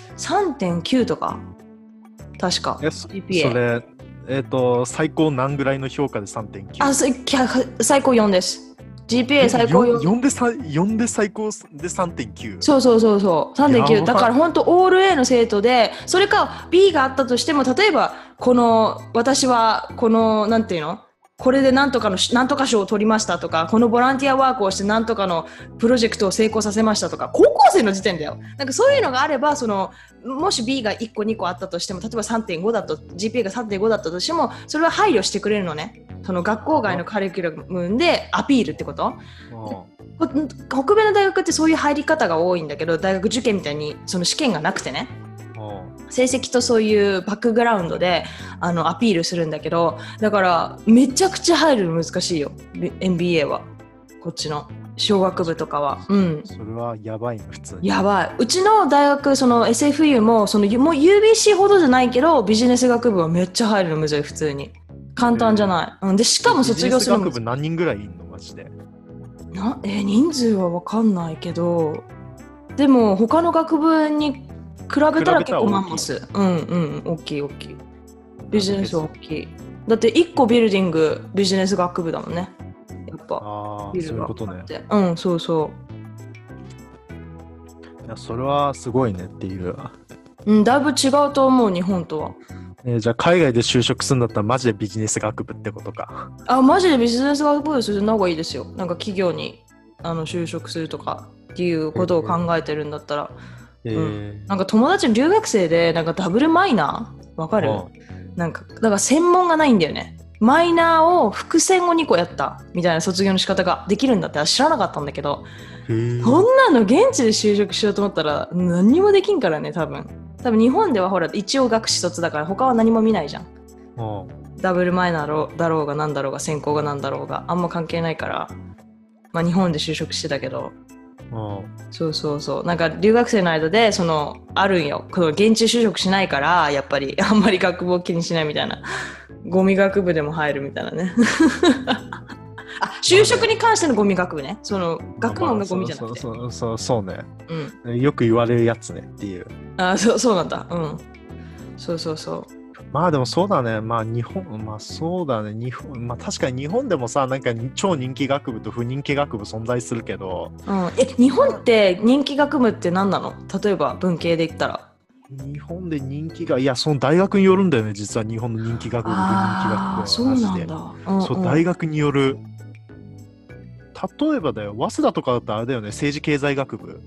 3.9 とか確か GPA。 それ最高何ぐらいの評価で 3.9？ 最高4です。GPA 最高 4で最高で 3.9。 そう 3.9 だから本当オール A の生徒で、それか B があったとしても、例えば私はなんていうの、これでなんとか賞を取りましたとか、このボランティアワークをしてなんとかのプロジェクトを成功させましたとか、高校生の時点だよ。なんかそういうのがあれば、もし B が1個2個あったとしても、例えば 3.5 だと GPA が 3.5 だったとしても、それは配慮してくれるのね。その学校外のカリキュラムでアピールってこと。北米の大学ってそういう入り方が多いんだけど、大学受験みたいにその試験がなくてね、成績とそういうバックグラウンドでアピールするんだけど、だからめちゃくちゃ入るの難しいよ MBA は。こっちの商学部とかは。 それはやばいの、普通にやばい。うちの大学SFU ももう UBC ほどじゃないけど、ビジネス学部はめっちゃ入るのむずい、普通に簡単じゃない。でしかも卒業するのビジネス学部何人ぐらいいんのマジで。 人数は分かんないけど、でも他の学部に比べたら結構マンモス。大きい。ビジネスは大きい。だって1個ビルディングビジネス学部だもんね。やっぱビルがあって。そういうことね。そう。 いや、それはすごいねっていう。 だいぶ違うと思う、日本とは。 じゃあ海外で就職するんだったらマジでビジネス学部ってことか。 マジでビジネス学部でするの方がいいですよ。なんか企業に就職するとかっていうことを考えてるんだったら。なんか友達の留学生でなんかダブルマイナーわかる？なんかだから専門がないんだよね。マイナーを伏線を2個やったみたいな卒業の仕方ができるんだって知らなかったんだけど、そんなの現地で就職しようと思ったら何にもできんからね。多分日本ではほら一応学士卒だから他は何も見ないじゃん。ダブルマイナーだろうが何だろうが専攻が何だろうがあんま関係ないから、日本で就職してたけど、そうなんか留学生の間であるんよ、この現地就職しないからやっぱりあんまり学部を気にしないみたいな、ゴミ学部でも入るみたいなね就職に関してのゴミ学部ね、学問がゴミじゃなくて、 そうね、よく言われるやつねっていう。 そうなんだ。そうでもそうだね。日本、そうだね。確かに日本でもさ、なんか超人気学部と不人気学部存在するけど。 日本って人気学部って何なの？例えば文系で言ったら。 日本で人気が、いや、その大学によるんだよね、実は日本の人気学部、不人気学部は。 そうなんだ。 そう、大学による。 例えばだよ、早稲田とかだったらあれだよね、政治経済学部。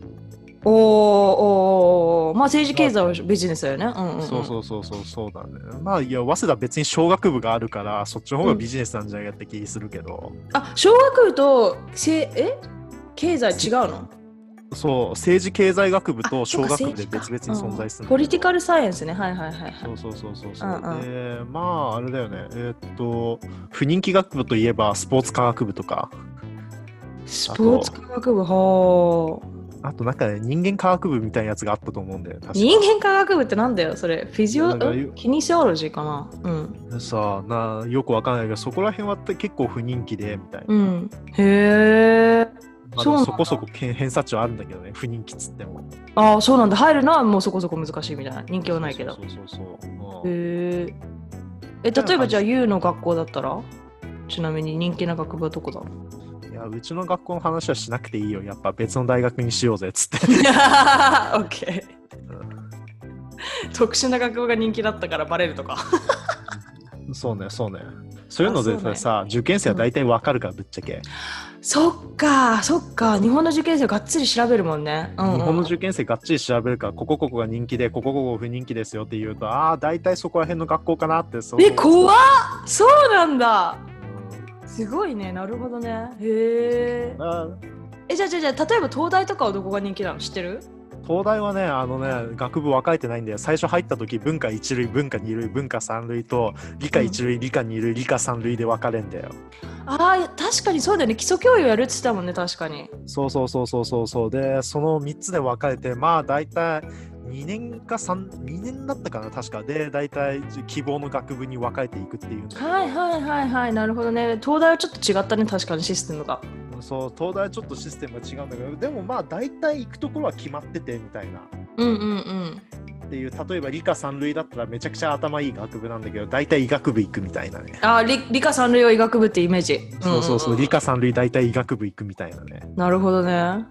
まあ政治経済はビジネスだよね。 そうだね。まあいや、早稲田別に商学部があるから、そっちの方がビジネスなんじゃないかって気するけど。 あ、商学部と経済違うの？ そう、政治経済学部と商学部で別々に存在する。 ポリティカルサイエンスね。はい。 そう。で、まああれだよね。不人気学部といえばスポーツ科学部とか。 スポーツ科学部、はあとなんかね、人間科学部みたいなやつがあったと思うんだよ。 人間科学部ってなんだよ、それ。キニシオロジーかな。 さあ、よくわかんないけど、そこら辺は結構不人気で、みたいな。 へー。 そこそこ偏差値はあるんだけどね、不人気っつっても。 ああ、そうなんだ。入るのはもうそこそこ難しいみたいな。人気はないけど。 そう。 へえ。例えばじゃあ U の学校だったら、ちなみに人気な学部はどこだろう？ いや、うちの学校の話はしなくていいよ。やっぱ別の大学にしようぜっつって。 オッケー。特殊な学部が人気だったからバレるとか。 そうね。そういうのでさ、受験生は大体わかるから、ぶっちゃけ。 そっか。日本の受験生がっつり調べるもんね。 日本の受験生がっちり調べるから、ここが人気で、ここ不人気ですよって言うと、大体そこら辺の学校かなって。 怖っ！そうなんだ。すごいね。なるほどね。へえ。じゃあ例えば東大とかはどこが人気なの？知ってる？ 東大はね、学部分かれてないんだよ。最初入った時、文化1類、文化2類、文化3類と、理科1類、理科2類、理科3類で分かれんだよ。 確かにそうだよね。基礎教養やるって言ったもんね、確かに。 そう。で、その3つで分かれて、まあ大体2年だったかな、確か。で、大体希望の学部に分かれていくっていう。 はい。なるほどね。東大はちょっと違ったね、確かにシステムが。 そう、東大はちょっとシステムが違うんだけど、でもまあ大体行くところは決まっててみたいな。っていう、例えば理科3類だったらめちゃくちゃ頭いい学部なんだけど、大体医学部行くみたいなね。 理科3類は医学部ってイメージ。 そう、理科3類大体医学部行くみたいなね。 なるほどね。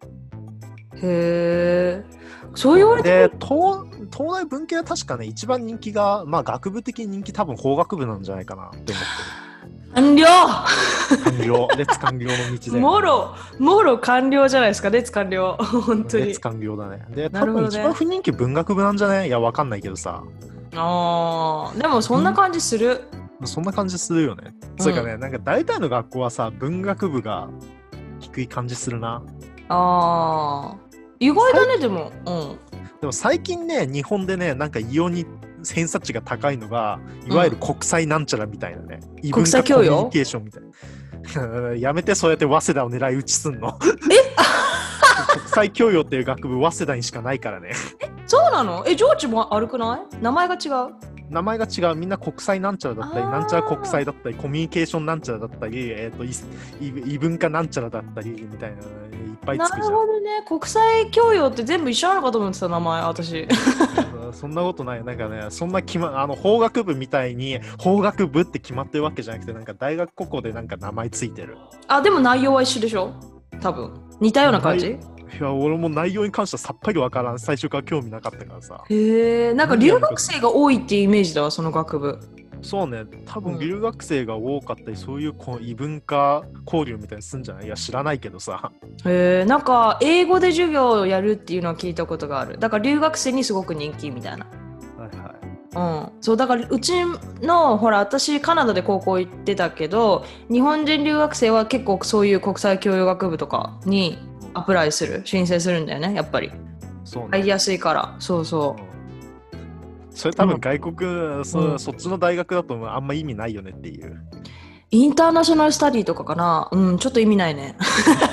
へえ。そう言われて東大文系は確かね、一番人気が、まあ学部的に人気多分法学部なんじゃないかなって思ってる。 完了列完了の道で。 もろ完了じゃないですか、列完了。本当に。 列完了だね。で、多分一番不人気文学部なんじゃない？いや、わかんないけどさ。 でもそんな感じする。 そんな感じするよね。それかね、なんか大体の学校はさ、文学部が低い感じするな。 意外だね、でも。 でも最近ね、日本でね、なんか異様に偏差値が高いのが、いわゆる国際なんちゃらみたいなね。 国際教養？ コミュニケーションみたいな。やめて、そうやって早稲田を狙い撃ちすんの。国際教養っていう学部、早稲田にしかないからね。 そうなの？上智も悪くない？名前が違う。 名前が違う。みんな国際なんちゃらだったり、なんちゃら国際だったり、コミュニケーションなんちゃらだったり、異文化なんちゃらだったりみたいな、いっぱいつくじゃん。 なるほどね。国際教養って全部一緒なのかと思ってた、名前、私。 そんなことない。なんかね、そんな法学部みたいに法学部って決まってるわけじゃなくて、なんか大学個々でなんか名前ついてる。 でも内容は一緒でしょ？多分。似たような感じ？ いや、俺も内容に関してはさっぱりわからん。最初から興味なかったからさ。 なんか留学生が多いっていうイメージだわ、その学部。 そうね、多分留学生が多かったり、そういう異文化交流みたいにすんじゃない？いや、知らないけどさ。 なんか英語で授業をやるっていうのは聞いたことがある。だから留学生にすごく人気みたいな。そうだからうちのほら、私カナダで高校行ってたけど、日本人留学生は結構そういう国際教養学部とかにアプライする、申請するんだよね、やっぱり。 そうね。 入りやすいから。そう。 それ多分外国、そっちの大学だとあんま意味ないよねっていう。 インターナショナルスタディとかかな。ちょっと意味ないね。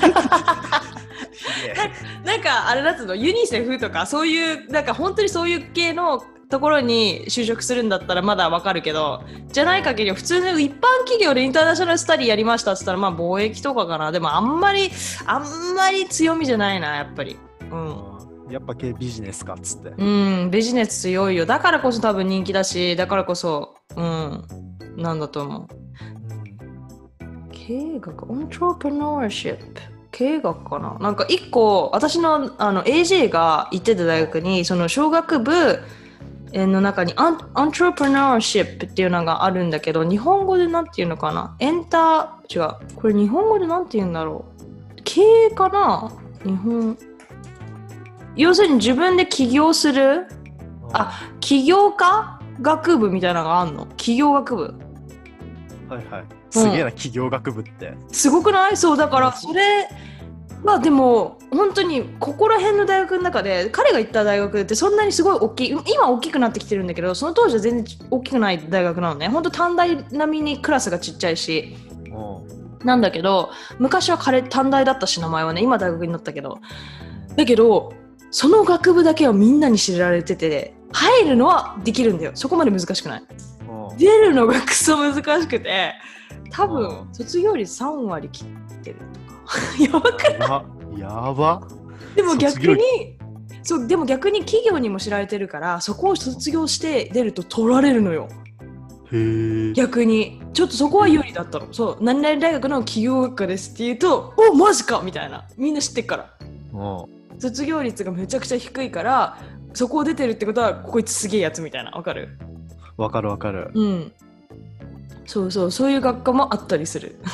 なんかあれだつのユニセフとかそういうなんか本当にそういう系のところに就職するんだったらまだわかるけど、じゃない限り普通の一般企業でインターナショナルスタディやりましたって言ったら、まあ貿易とかかな。でもあんまり強みじゃないな、やっぱり。 やっぱビジネスかっつって。 ビジネス強いよ。だからこそ多分人気だし、だからこそなんだと思う。経営学、エントレプノーシップ。経営学かな。なんか一個私のAJ が行ってた大学にその商学部の中にアントレプレナーシップっていうのがあるんだけど、日本語でなんていうのかな、違う。これ日本語でなんていうんだろう。経営かな、日本。要するに自分で起業する、起業家学部みたいなのがあるの。起業学部。 はいはい。すげえな、起業学部って。 すごくない？そう、だからそれはでも本当にここら辺の大学の中で、彼が行った大学ってそんなにすごい大きい、今大きくなってきてるんだけど、その当時は全然大きくない大学なのね。本当短大並みにクラスがちっちゃいし、なんだけど、昔は短大だったし、名前はね、今大学になったけど、だけどその学部だけはみんなに知られてて、入るのはできるんだよ。そこまで難しくない。出るのがクソ難しくて、多分卒業率3割切ってるとか。やばくない？ やば。 でも逆に企業にも知られてるから、そこを卒業して出ると取られるのよ。逆にちょっとそこは有利だったの。そう、何々大学の企業学科ですって言うと、おマジかみたいな、みんな知ってっから。卒業率がめちゃくちゃ低いから、そこを出てるってことはこいつすげえやつみたいな。わかる？ わかる。 うん。そういう学科もあったりする。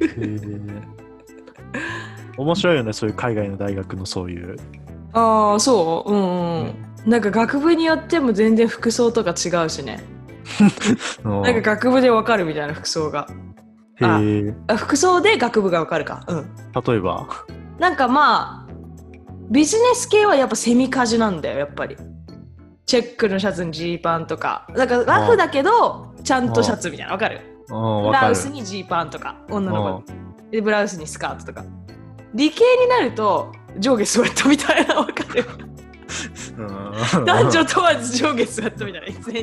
面白いよね、そういう海外の大学のそういう。 ああ、そう。なんか学部によっても全然服装とか違うしね。なんか学部でわかるみたいな、服装が。服装で学部がわかるか。 例えばなんかまあビジネス系はやっぱセミカジなんだよ、やっぱり。チェックのシャツにジーパンとか、だからラフだけどちゃんとシャツみたいな。わかる？ブラウスにジーパンとか、女の子でブラウスにスカートとか。理系になると上下スウェットみたいな。わかる？男女問わず上下スウェットみたいな、全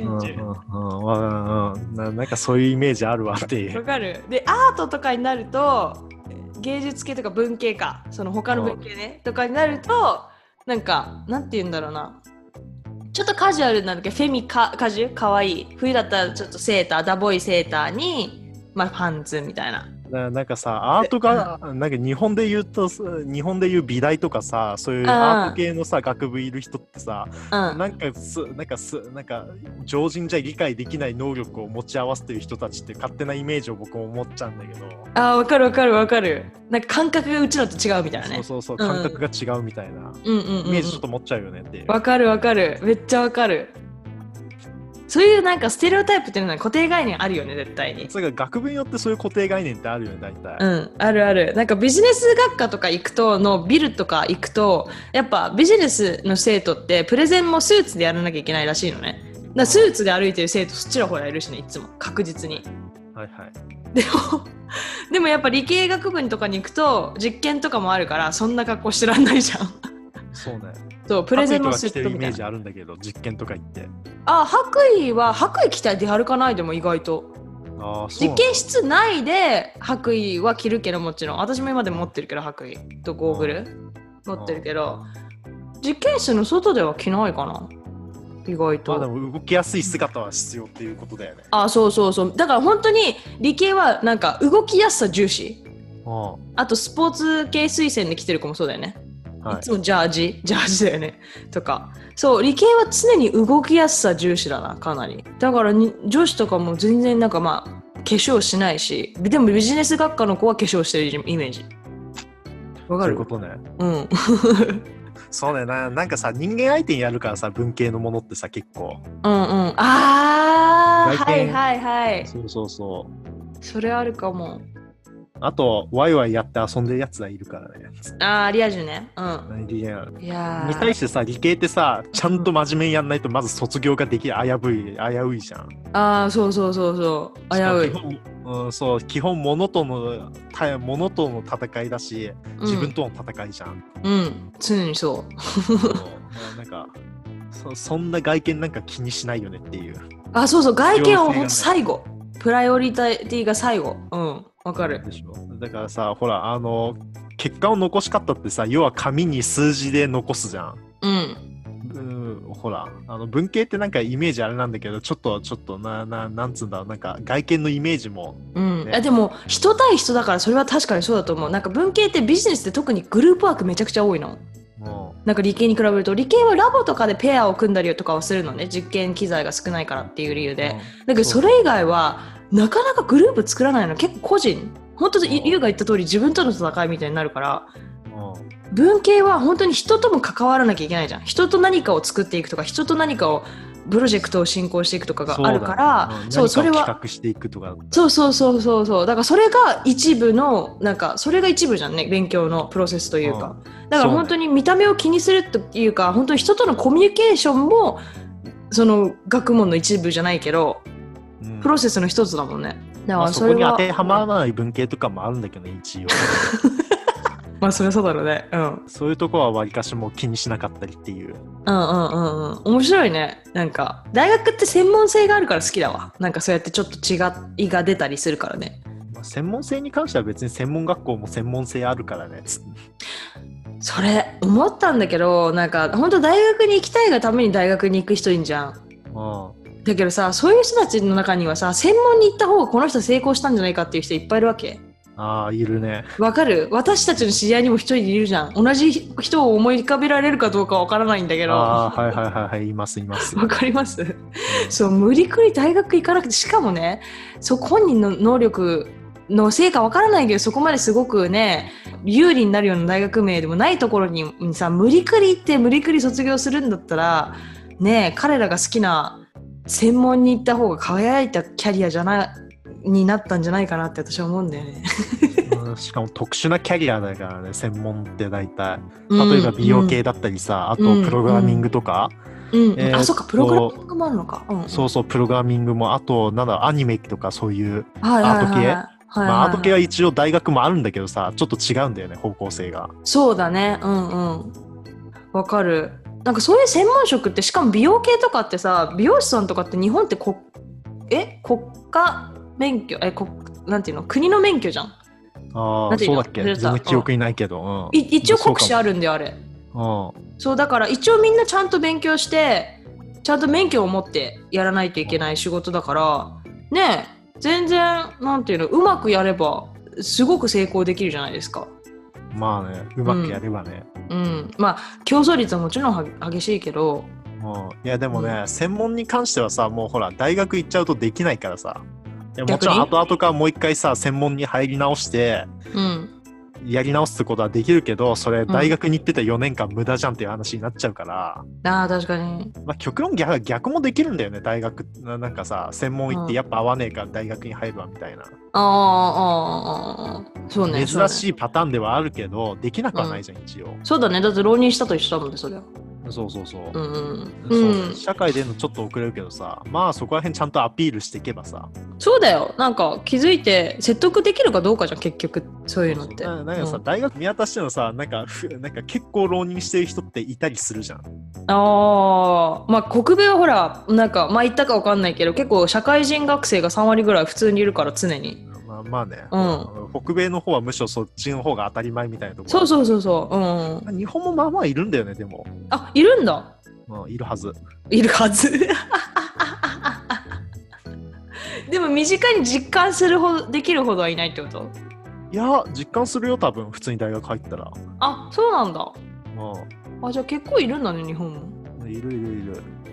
中。 なんかそういうイメージあるわっていう。 わかる？でアートとかになると、芸術系とか文系か、その他の文系ねとかになると、なんかなんて言うんだろうな、ちょっとカジュアルなんだけど、フェミカジュ、かわいい。冬だったらちょっとセーター、ダボいセーターに、パンツみたいな。 なんかさ、アートが、なんか日本で言う美大とかさ、そういうアート系のさ、学部いる人ってさ、なんか常人じゃ理解できない能力を持ち合わせてる人たちって勝手なイメージを僕も思っちゃうんだけど。 わかる。なんか感覚がうちらと違うみたいなね。 そう、感覚が違うみたいな。イメージちょっと持っちゃうよねって。 わかる。めっちゃわかる。そういうなんかステレオタイプっていうのは固定概念あるよね、絶対に。 それが学部によってそういう固定概念ってあるよね、大体。 ある。なんかビジネス学科とか行くと、のビルとか行くと、やっぱビジネスの生徒ってプレゼンもスーツでやらなきゃいけないらしいのね。だからスーツで歩いてる生徒そちらほらいるしね、いつも確実に。でもやっぱ理系学部とかに行くと実験とかもあるから、そんな格好してらんないじゃん。 そうね。 そう、プレゼンもスーツとか着てるイメージあるんだけど、実験とか行って。 白衣着たら出歩かないでも意外と。実験室内で白衣は着るけど、もちろん私も今でも持ってるけど、白衣とゴーグル持ってるけど、実験室の外では着ないかな、意外と。 でも動きやすい姿は必要っていうことだよね。 そうだから本当に理系はなんか動きやすさ重視。あとスポーツ系推薦で来てる子もそうだよね。いつもジャージだよねとか。そう、理系は常に動きやすさ重視だな、かなり。だから女子とかも全然なんか化粧しないし、でもビジネス学科の子は化粧してるイメージ。わかる？ そういうことね。そうね、なんかさ、人間相手にやるからさ、文系のものってさ、結構。はい。そう。 それあるかも。 あと、ワイワイやって遊んでるやつがいるからね。 リア充ね。 リアル。に対してさ、理系ってさ、ちゃんと真面目にやんないと、まず卒業ができる、危ういじゃん。 そう。危うい。 基本物との戦いだし、自分との戦いじゃん。 常にそう。 なんかそんな外見なんか気にしないよねっていう。 そう、外見はほんと最後。プライオリティが最後。わかる。 でしょ。だからさ、ほら、結果を残し方ってさ、要は紙に数字で残すじゃん。ほら、文系ってなんかイメージあれなんだけど、ちょっとなんつうんだろう、なんか外見のイメージも、ね。 でも人対人だから、それは確かにそうだと思う。なんか文系ってビジネスって特にグループワークめちゃくちゃ多いの。 なんか理系に比べると、理系はラボとかでペアを組んだりとかはするのね。実験機材が少ないからっていう理由で。だけどそれ以外はなかなかグループ作らないの。結構個人。本当にユウが言った通り自分との戦いみたいになるから。文系は本当に人とも関わらなきゃいけないじゃん。人と何かを作っていくとか、人と何かをプロジェクトを進行していくとかがあるから、 そうそれは企画していくとか。 そうだからそれが一部のなんかそれが一部じゃんね、勉強のプロセスというか。だから本当に見た目を気にするというか、本当に人とのコミュニケーションもその学問の一部じゃないけど、プロセスの一つだもんね。だからそこに当てはまらない文系とかもあるんだけどね、一応。 まあそれはそうだろうね。 そういうとこはわりかしも気にしなかったりっていう。 面白いね。なんか大学って専門性があるから好きだわ。なんかそうやってちょっと違いが出たりするからね。 専門性に関しては別に専門学校も専門性あるからね。 それ思ったんだけど、なんか本当大学に行きたいがために大学に行く人いいんじゃん。だけどさ、そういう人たちの中にはさ、専門に行った方がこの人成功したんじゃないかっていう人いっぱいいるわけ。 いるね。 わかる？私たちの知り合いにも一人いるじゃん。同じ人を思い浮かべられるかどうかわからないんだけど。 はいいます。 わかります？そう、無理くり大学行かなくて、しかもね、本人の能力の成果わからないけど、そこまですごくね、有利になるような大学名でもないところにさ、無理くり行って無理くり卒業するんだったら、ね、彼らが好きな専門に行った方が輝いたキャリアになったんじゃないかなって私は思うんだよね。 しかも特殊なキャリアだからね、専門って大体。例えば美容系だったりさ、あとプログラミングとか。 そっか、プログラミングもあるのか。 そう、プログラミングも、あと、アニメとかそういうアート系。アート系は一応大学もあるんだけどさ、ちょっと違うんだよね、方向性が。 そうだね、わかる。なんかそういう専門職って、しかも美容系とかってさ、美容師さんとかって日本って国家免許、なんていうの、国の免許じゃん。 そうだっけ？全然記憶にないけど。 一応国試あるんであれ。そうだから一応みんなちゃんと勉強して、ちゃんと免許を持ってやらないといけない仕事だからね。全然なんていうの、うまくやればすごく成功できるじゃないですか。 まあね、うまくやればね。 まあ競争率はもちろん激しいけど。 いやでもね、専門に関してはさ、もうほら大学行っちゃうとできないからさ。もちろん後々からもう一回さ、専門に入り直して、やり直すってことはできるけど、それ大学に行ってた4年間無駄じゃんっていう話になっちゃうから。 確かに。 まあ極論逆もできるんだよね、大学。なんかさ、専門行ってやっぱ合わねえから大学に入るわみたいな。 そうね。 珍しいパターンではあるけど、できなくはないじゃん、一応。 そうだね。だって浪人したと一緒だもんね、それは。 そう。社会でのちょっと遅れるけどさ、まあそこら辺ちゃんとアピールしていけばさ。 そうだよ。なんか気づいて説得できるかどうかじゃん、結局そういうのって。 なんかさ、大学見渡してもさ、なんか結構浪人してる人っていたりするじゃん。 まあ国米はほら、なんか言ったかわかんないけど、結構社会人学生が3割ぐらい普通にいるから常に。 まあね、北米の方はむしろそっちの方が当たり前みたいなところ。 そう。 日本もまあまあいるんだよね、でも。 いるんだ。 いるはず。 でも身近に実感できるほどはいないってこと？ いや、実感するよ、多分普通に大学入ったら。 そうなんだ。じゃあ結構いるんだね、日本も。 いる。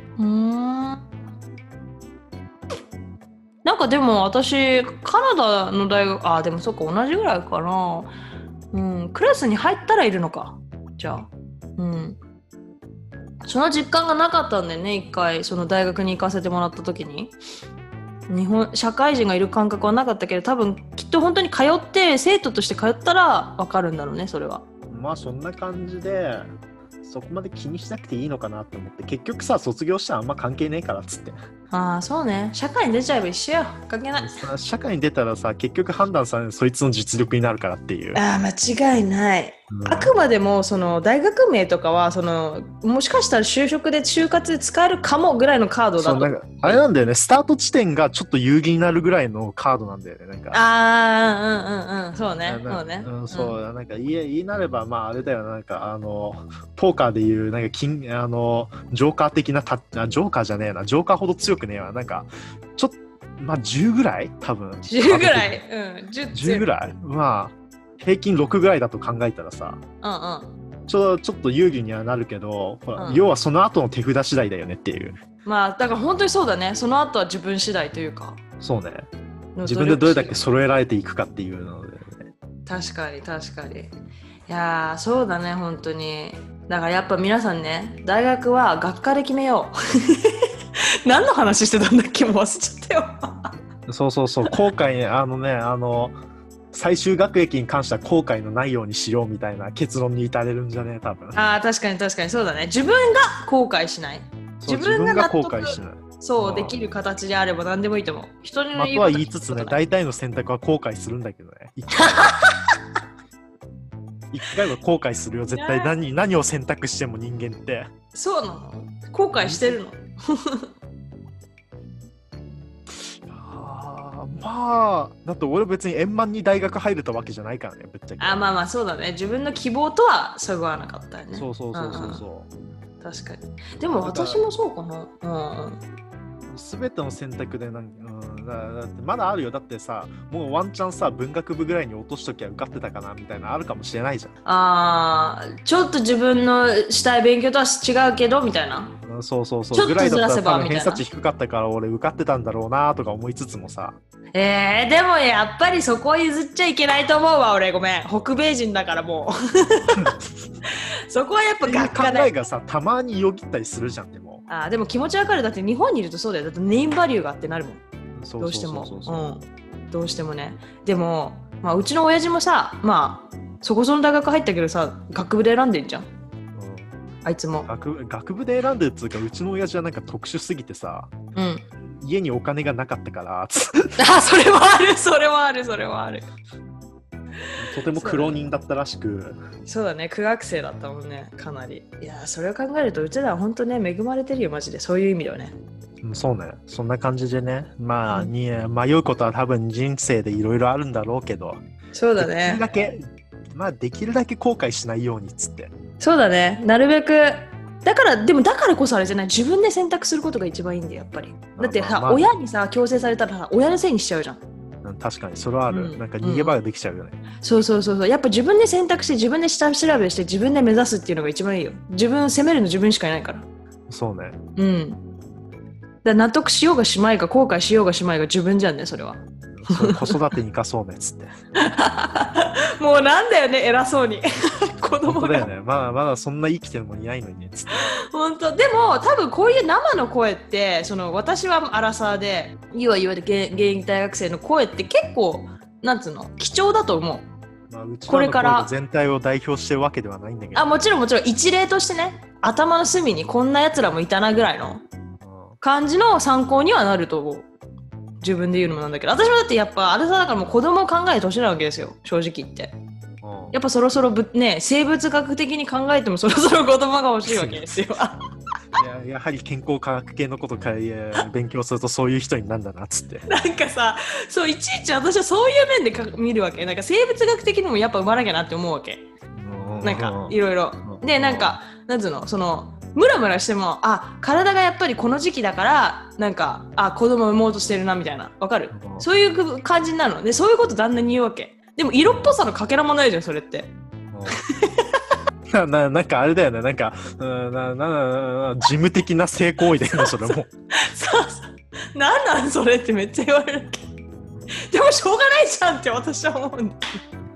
なんかでも私カナダの大学でもそっか、同じぐらいかな。クラスに入ったらいるのか。じゃあその実感がなかったんだよね、一回その大学に行かせてもらった時に。社会人がいる感覚はなかったけど、多分きっと本当に通って生徒として通ったら分かるんだろうね、それは。 まあそんな感じでそこまで気にしなくていいのかなって思って、結局さ、卒業したらあんま関係ねえからっつって。 そうね。社会に出ちゃえば一緒よ。関係ない。 社会に出たらさ、結局判断されるそいつの実力になるからっていう。 間違いない。あくまでもその大学名とかはもしかしたら就活で使えるかもぐらいのカードだと。 なんかあれなんだよね、スタート地点がちょっと有利になるぐらいのカードなんだよね。なんかそうね。 なんか言いなれば、まああれだよ、なんかポーカーでいうなんかジョーカー的なジョーカーじゃねえな、ジョーカーほど強くねえわ、なんかちょっとまあ10ぐらい多分。 10ぐらい。 10ぐらい。まあ平均6ぐらいだと考えたらさ、 ちょっと有利にはなるけど、ほらうん要はその後の手札次第だよねっていう。 まあだから本当にそうだね。その後は自分次第というか。 そうね。自分でどれだけ揃えられていくかっていうので、ね。 確かに確かに。いやーそうだね本当に。だからやっぱ皆さんね、大学は学科で決めよう。何の話してたんだっけ、もう忘れちゃったよ。 そうそうそう、後悔最終学歴に関しては後悔のないようにしようみたいな結論に至れるんじゃね多分。 ああ確かに確かにそうだね。自分が後悔しない。 そう自分が納得後悔しない。 そうできる形であれば何でもいいと思う。人にまあ、とは言いつつね、大体の選択は後悔するんだけどね。一回は後悔するよ、絶対何を選択しても人間って。 そうなの？後悔してるの？ まあ、だって俺別に円満に大学入れたわけじゃないからね、ぶっちゃけ。 あ、まあまあそうだね。自分の希望とはそぐわなかったよね。 そうそうそうそうそう。 確かに。でも私もそうかな。うん。 すべての選択でだってまだあるよ。だってさ、もうワンチャンさ、文学部ぐらいに落としときゃ受かってたかなみたいなあるかもしれないじゃん。 ああ、ちょっと自分のしたい勉強とは違うけどみたいな。 そうそうそう。 ちょっとずらせばみたいな。 ぐらいだったら多分偏差値低かったから俺受かってたんだろうなとか思いつつもさ。 でもやっぱりそこは譲っちゃいけないと思うわ俺。ごめん、北米人だからもうそこはやっぱ学科で考えがさ、たまによぎったりするじゃん。 でも気持ちわかる。だって日本にいるとそうだよ。だってネームバリューがあってなるもん。どうしてもどうしてもね。でも、まあ、うちの親父もさ、まあそこその大学入ったけどさ、学部で選んでんじゃん、あいつも。 学部で選んでるっつうか、うちの親父はなんか特殊すぎてさ、家にお金がなかったからそれはあるそれはあるそれはある。 とても苦労人だったらしく。 そうだね、苦学生だったもんね、かなり。いやそれを考えるとうちらは本当ね恵まれてるよマジで。そういう意味ではね。 そうね、そんな感じでね、まあ、迷うことは多分人生でいろいろあるんだろうけど、 そうだね、 できるだけ後悔しないようにっつって。 そうだね、なるべくだからこそあれじゃない、自分で選択することが一番いいんだよやっぱり。だってさ、親にさ強制されたらさ親のせいにしちゃうじゃん。 確かにそれはある、なんか逃げ場ができちゃうよね、 そうやっぱ自分で選択して自分で下調べして自分で目指すっていうのが一番いいよ。自分を責めるの自分しかいないから。 そうね。 だ納得しようがしまいが後悔しようがしまいが自分じゃんね、それは。 子育てに生かそうねっつってもうなんだよね偉そうに子供が。 本当だよね、まだそんな生きてるもんいないのにねっつって。 本当。でも多分こういう生の声って私はアラサーで言われて現役大学生の声って結構なんつうの貴重だと思う。 これから全体を代表してるわけではないんだけど、 もちろん一例としてね、頭の隅にこんなやつらもいたなぐらいの感じの参考にはなると思う。自分で言うのもなんだけど、私もだってやっぱあれさ、だからもう子供を考える年なわけですよ、正直言って。やっぱそろそろね、生物学的に考えてもそろそろ子供が欲しいわけですよやはり健康科学系のことから勉強するとそういう人になるんだなっつってなんかさ、そういちいち私はそういう面で見るわけ。なんか生物学的にもやっぱ生まなきゃなって思うわけ。なんかいろいろで、なんかなんつうの、ムラムラしても体がやっぱりこの時期だからなんか子供産もうとしてるなみたいな、わかる？そういう感じになるので、そういうこと旦那に言うわけ。でも色っぽさのかけらもないじゃんそれってなんかあれだよね、なんか事務的な性行為だよねそれもそうなんそれってめっちゃ言われるけど、でもしょうがないじゃんって私は思うんだ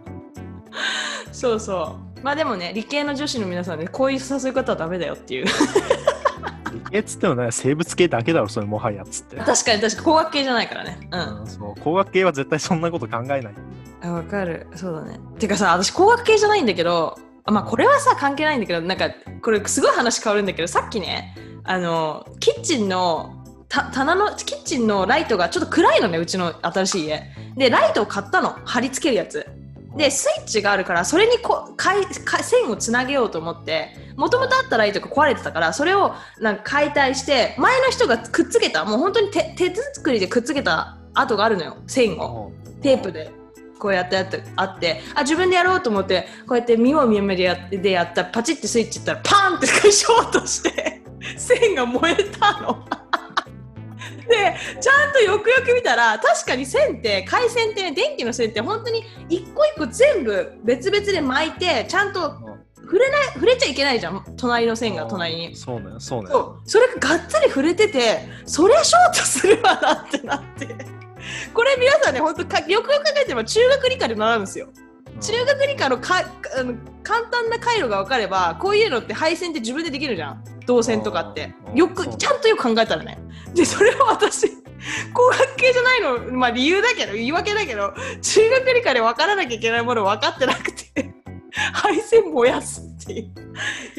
そうまあでもね、理系の女子の皆さんね、こういう誘い方はダメだよっていう理系っつってもね、生物系だけだろそれもはやっつって。 確かに工学系じゃないからね。 そう工学系は絶対そんなこと考えない。 わかる。そうだね。てかさ、私工学系じゃないんだけど、まあこれはさ関係ないんだけど、なんかこれすごい話変わるんだけど、さっきねキッチンの棚のキッチンのライトがちょっと暗いのね、うちの新しい家で。ライトを買ったの、貼り付けるやつで、スイッチがあるからそれに線をつなげようと思って、もともとあったライトが壊れてたからそれをなんか解体して、前の人がくっつけた、もう本当に手作りでくっつけた跡があるのよ、線をテープでこうやってあって、自分でやろうと思ってこうやって見よう見まねでやったら、パチってスイッチいったらパーンってショートして線が燃えたのでちゃんとよくよく見たら、確かに線って回線ってね、電気の線って本当に一個一個全部別々で巻いてちゃんと触れちゃいけないじゃん、隣の線が隣に。 そうね。 そうそれががっつり触れてて、そりゃショートするわなってなって。これ皆さんね、ほんとよくよく考えてれば中学理科で習うんですよ。中学理科の簡単な回路が分かれば、こういうのって配線って自分でできるじゃん、導線とかって。ちゃんとよく考えたらね。で、それを私、工学系じゃないの、まあ理由だけど、言い訳だけど、中学理科で分からなきゃいけないもの分かってなくて、配線燃やすっていう。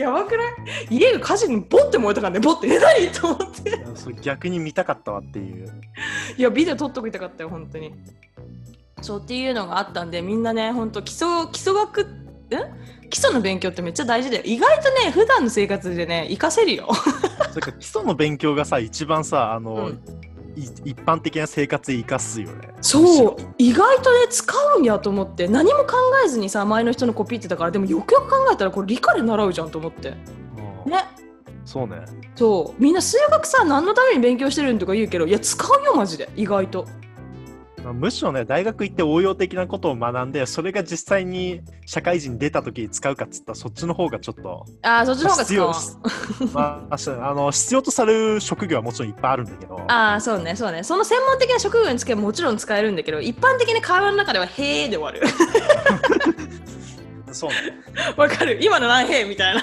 やばくない？家が火事にボッて燃えたからね、ボッて。何と思って。 それ逆に見たかったわっていう。 いや、ビデオ撮っときたかったよ、本当に。そうっていうのがあったんで、みんなね、ほんと基礎の勉強ってめっちゃ大事だよ。意外とね、普段の生活でね、活かせるよ。 それか基礎の勉強がさ、一番さ、一般的な生活で活かすよね。 そう、意外とね、使うんやと思って、何も考えずにさ、前の人のコピーってたから、でもよくよく考えたらこれ理科で習うじゃんと思って。ね。 そうね。 そう、みんな数学さ、何のために勉強してるんとか言うけど、いや、使うよ、マジで、意外と。 むしろね、大学行って応用的なことを学んで、それが実際に社会人出た時に使うかっつったら、そっちの方がちょっとそっちの方が使う。 必要とされる職業はもちろんいっぱいあるんだけど。 そうね。その専門的な職業につけばもちろん使えるんだけど、一般的に会話の中ではへーで終わる。 そうね。 わかる。今の何へーみたいな。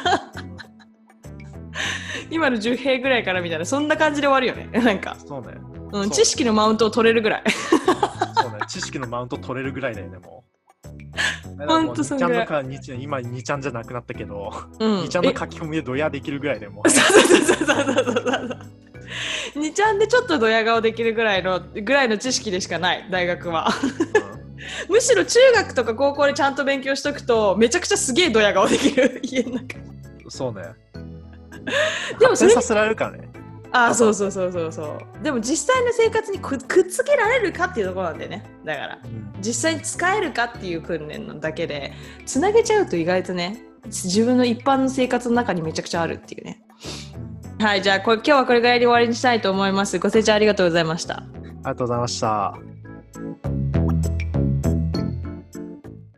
今の10へーぐらいからみたいな、そんな感じで終わるよね。なんか。 そうね。 知識のマウントを取れるぐらい。 そうね。知識のマウント取れるぐらいだよね、もう。 ほんとそんぐらい。 今2ちゃんじゃなくなったけど、 2 2ちゃんの書き込みでドヤできるぐらいでも。 そう。2ちゃんでちょっとドヤ顔できるぐらいの知識でしかない、大学は。むしろ中学とか高校でちゃんと勉強しとくと、めちゃくちゃすげえドヤ顔できる、家の中。 そうね。 でもそれさせられるからね。 そう。でも実際の生活にくっつけられるかっていうところなんだよね。だから、実際に使えるかっていう訓練のだけで、つなげちゃうと意外とね、自分の一般の生活の中にめちゃくちゃあるっていうね。はい、じゃあ今日はこれぐらいで終わりにしたいと思います。ご清聴ありがとうございました。 ありがとうございました。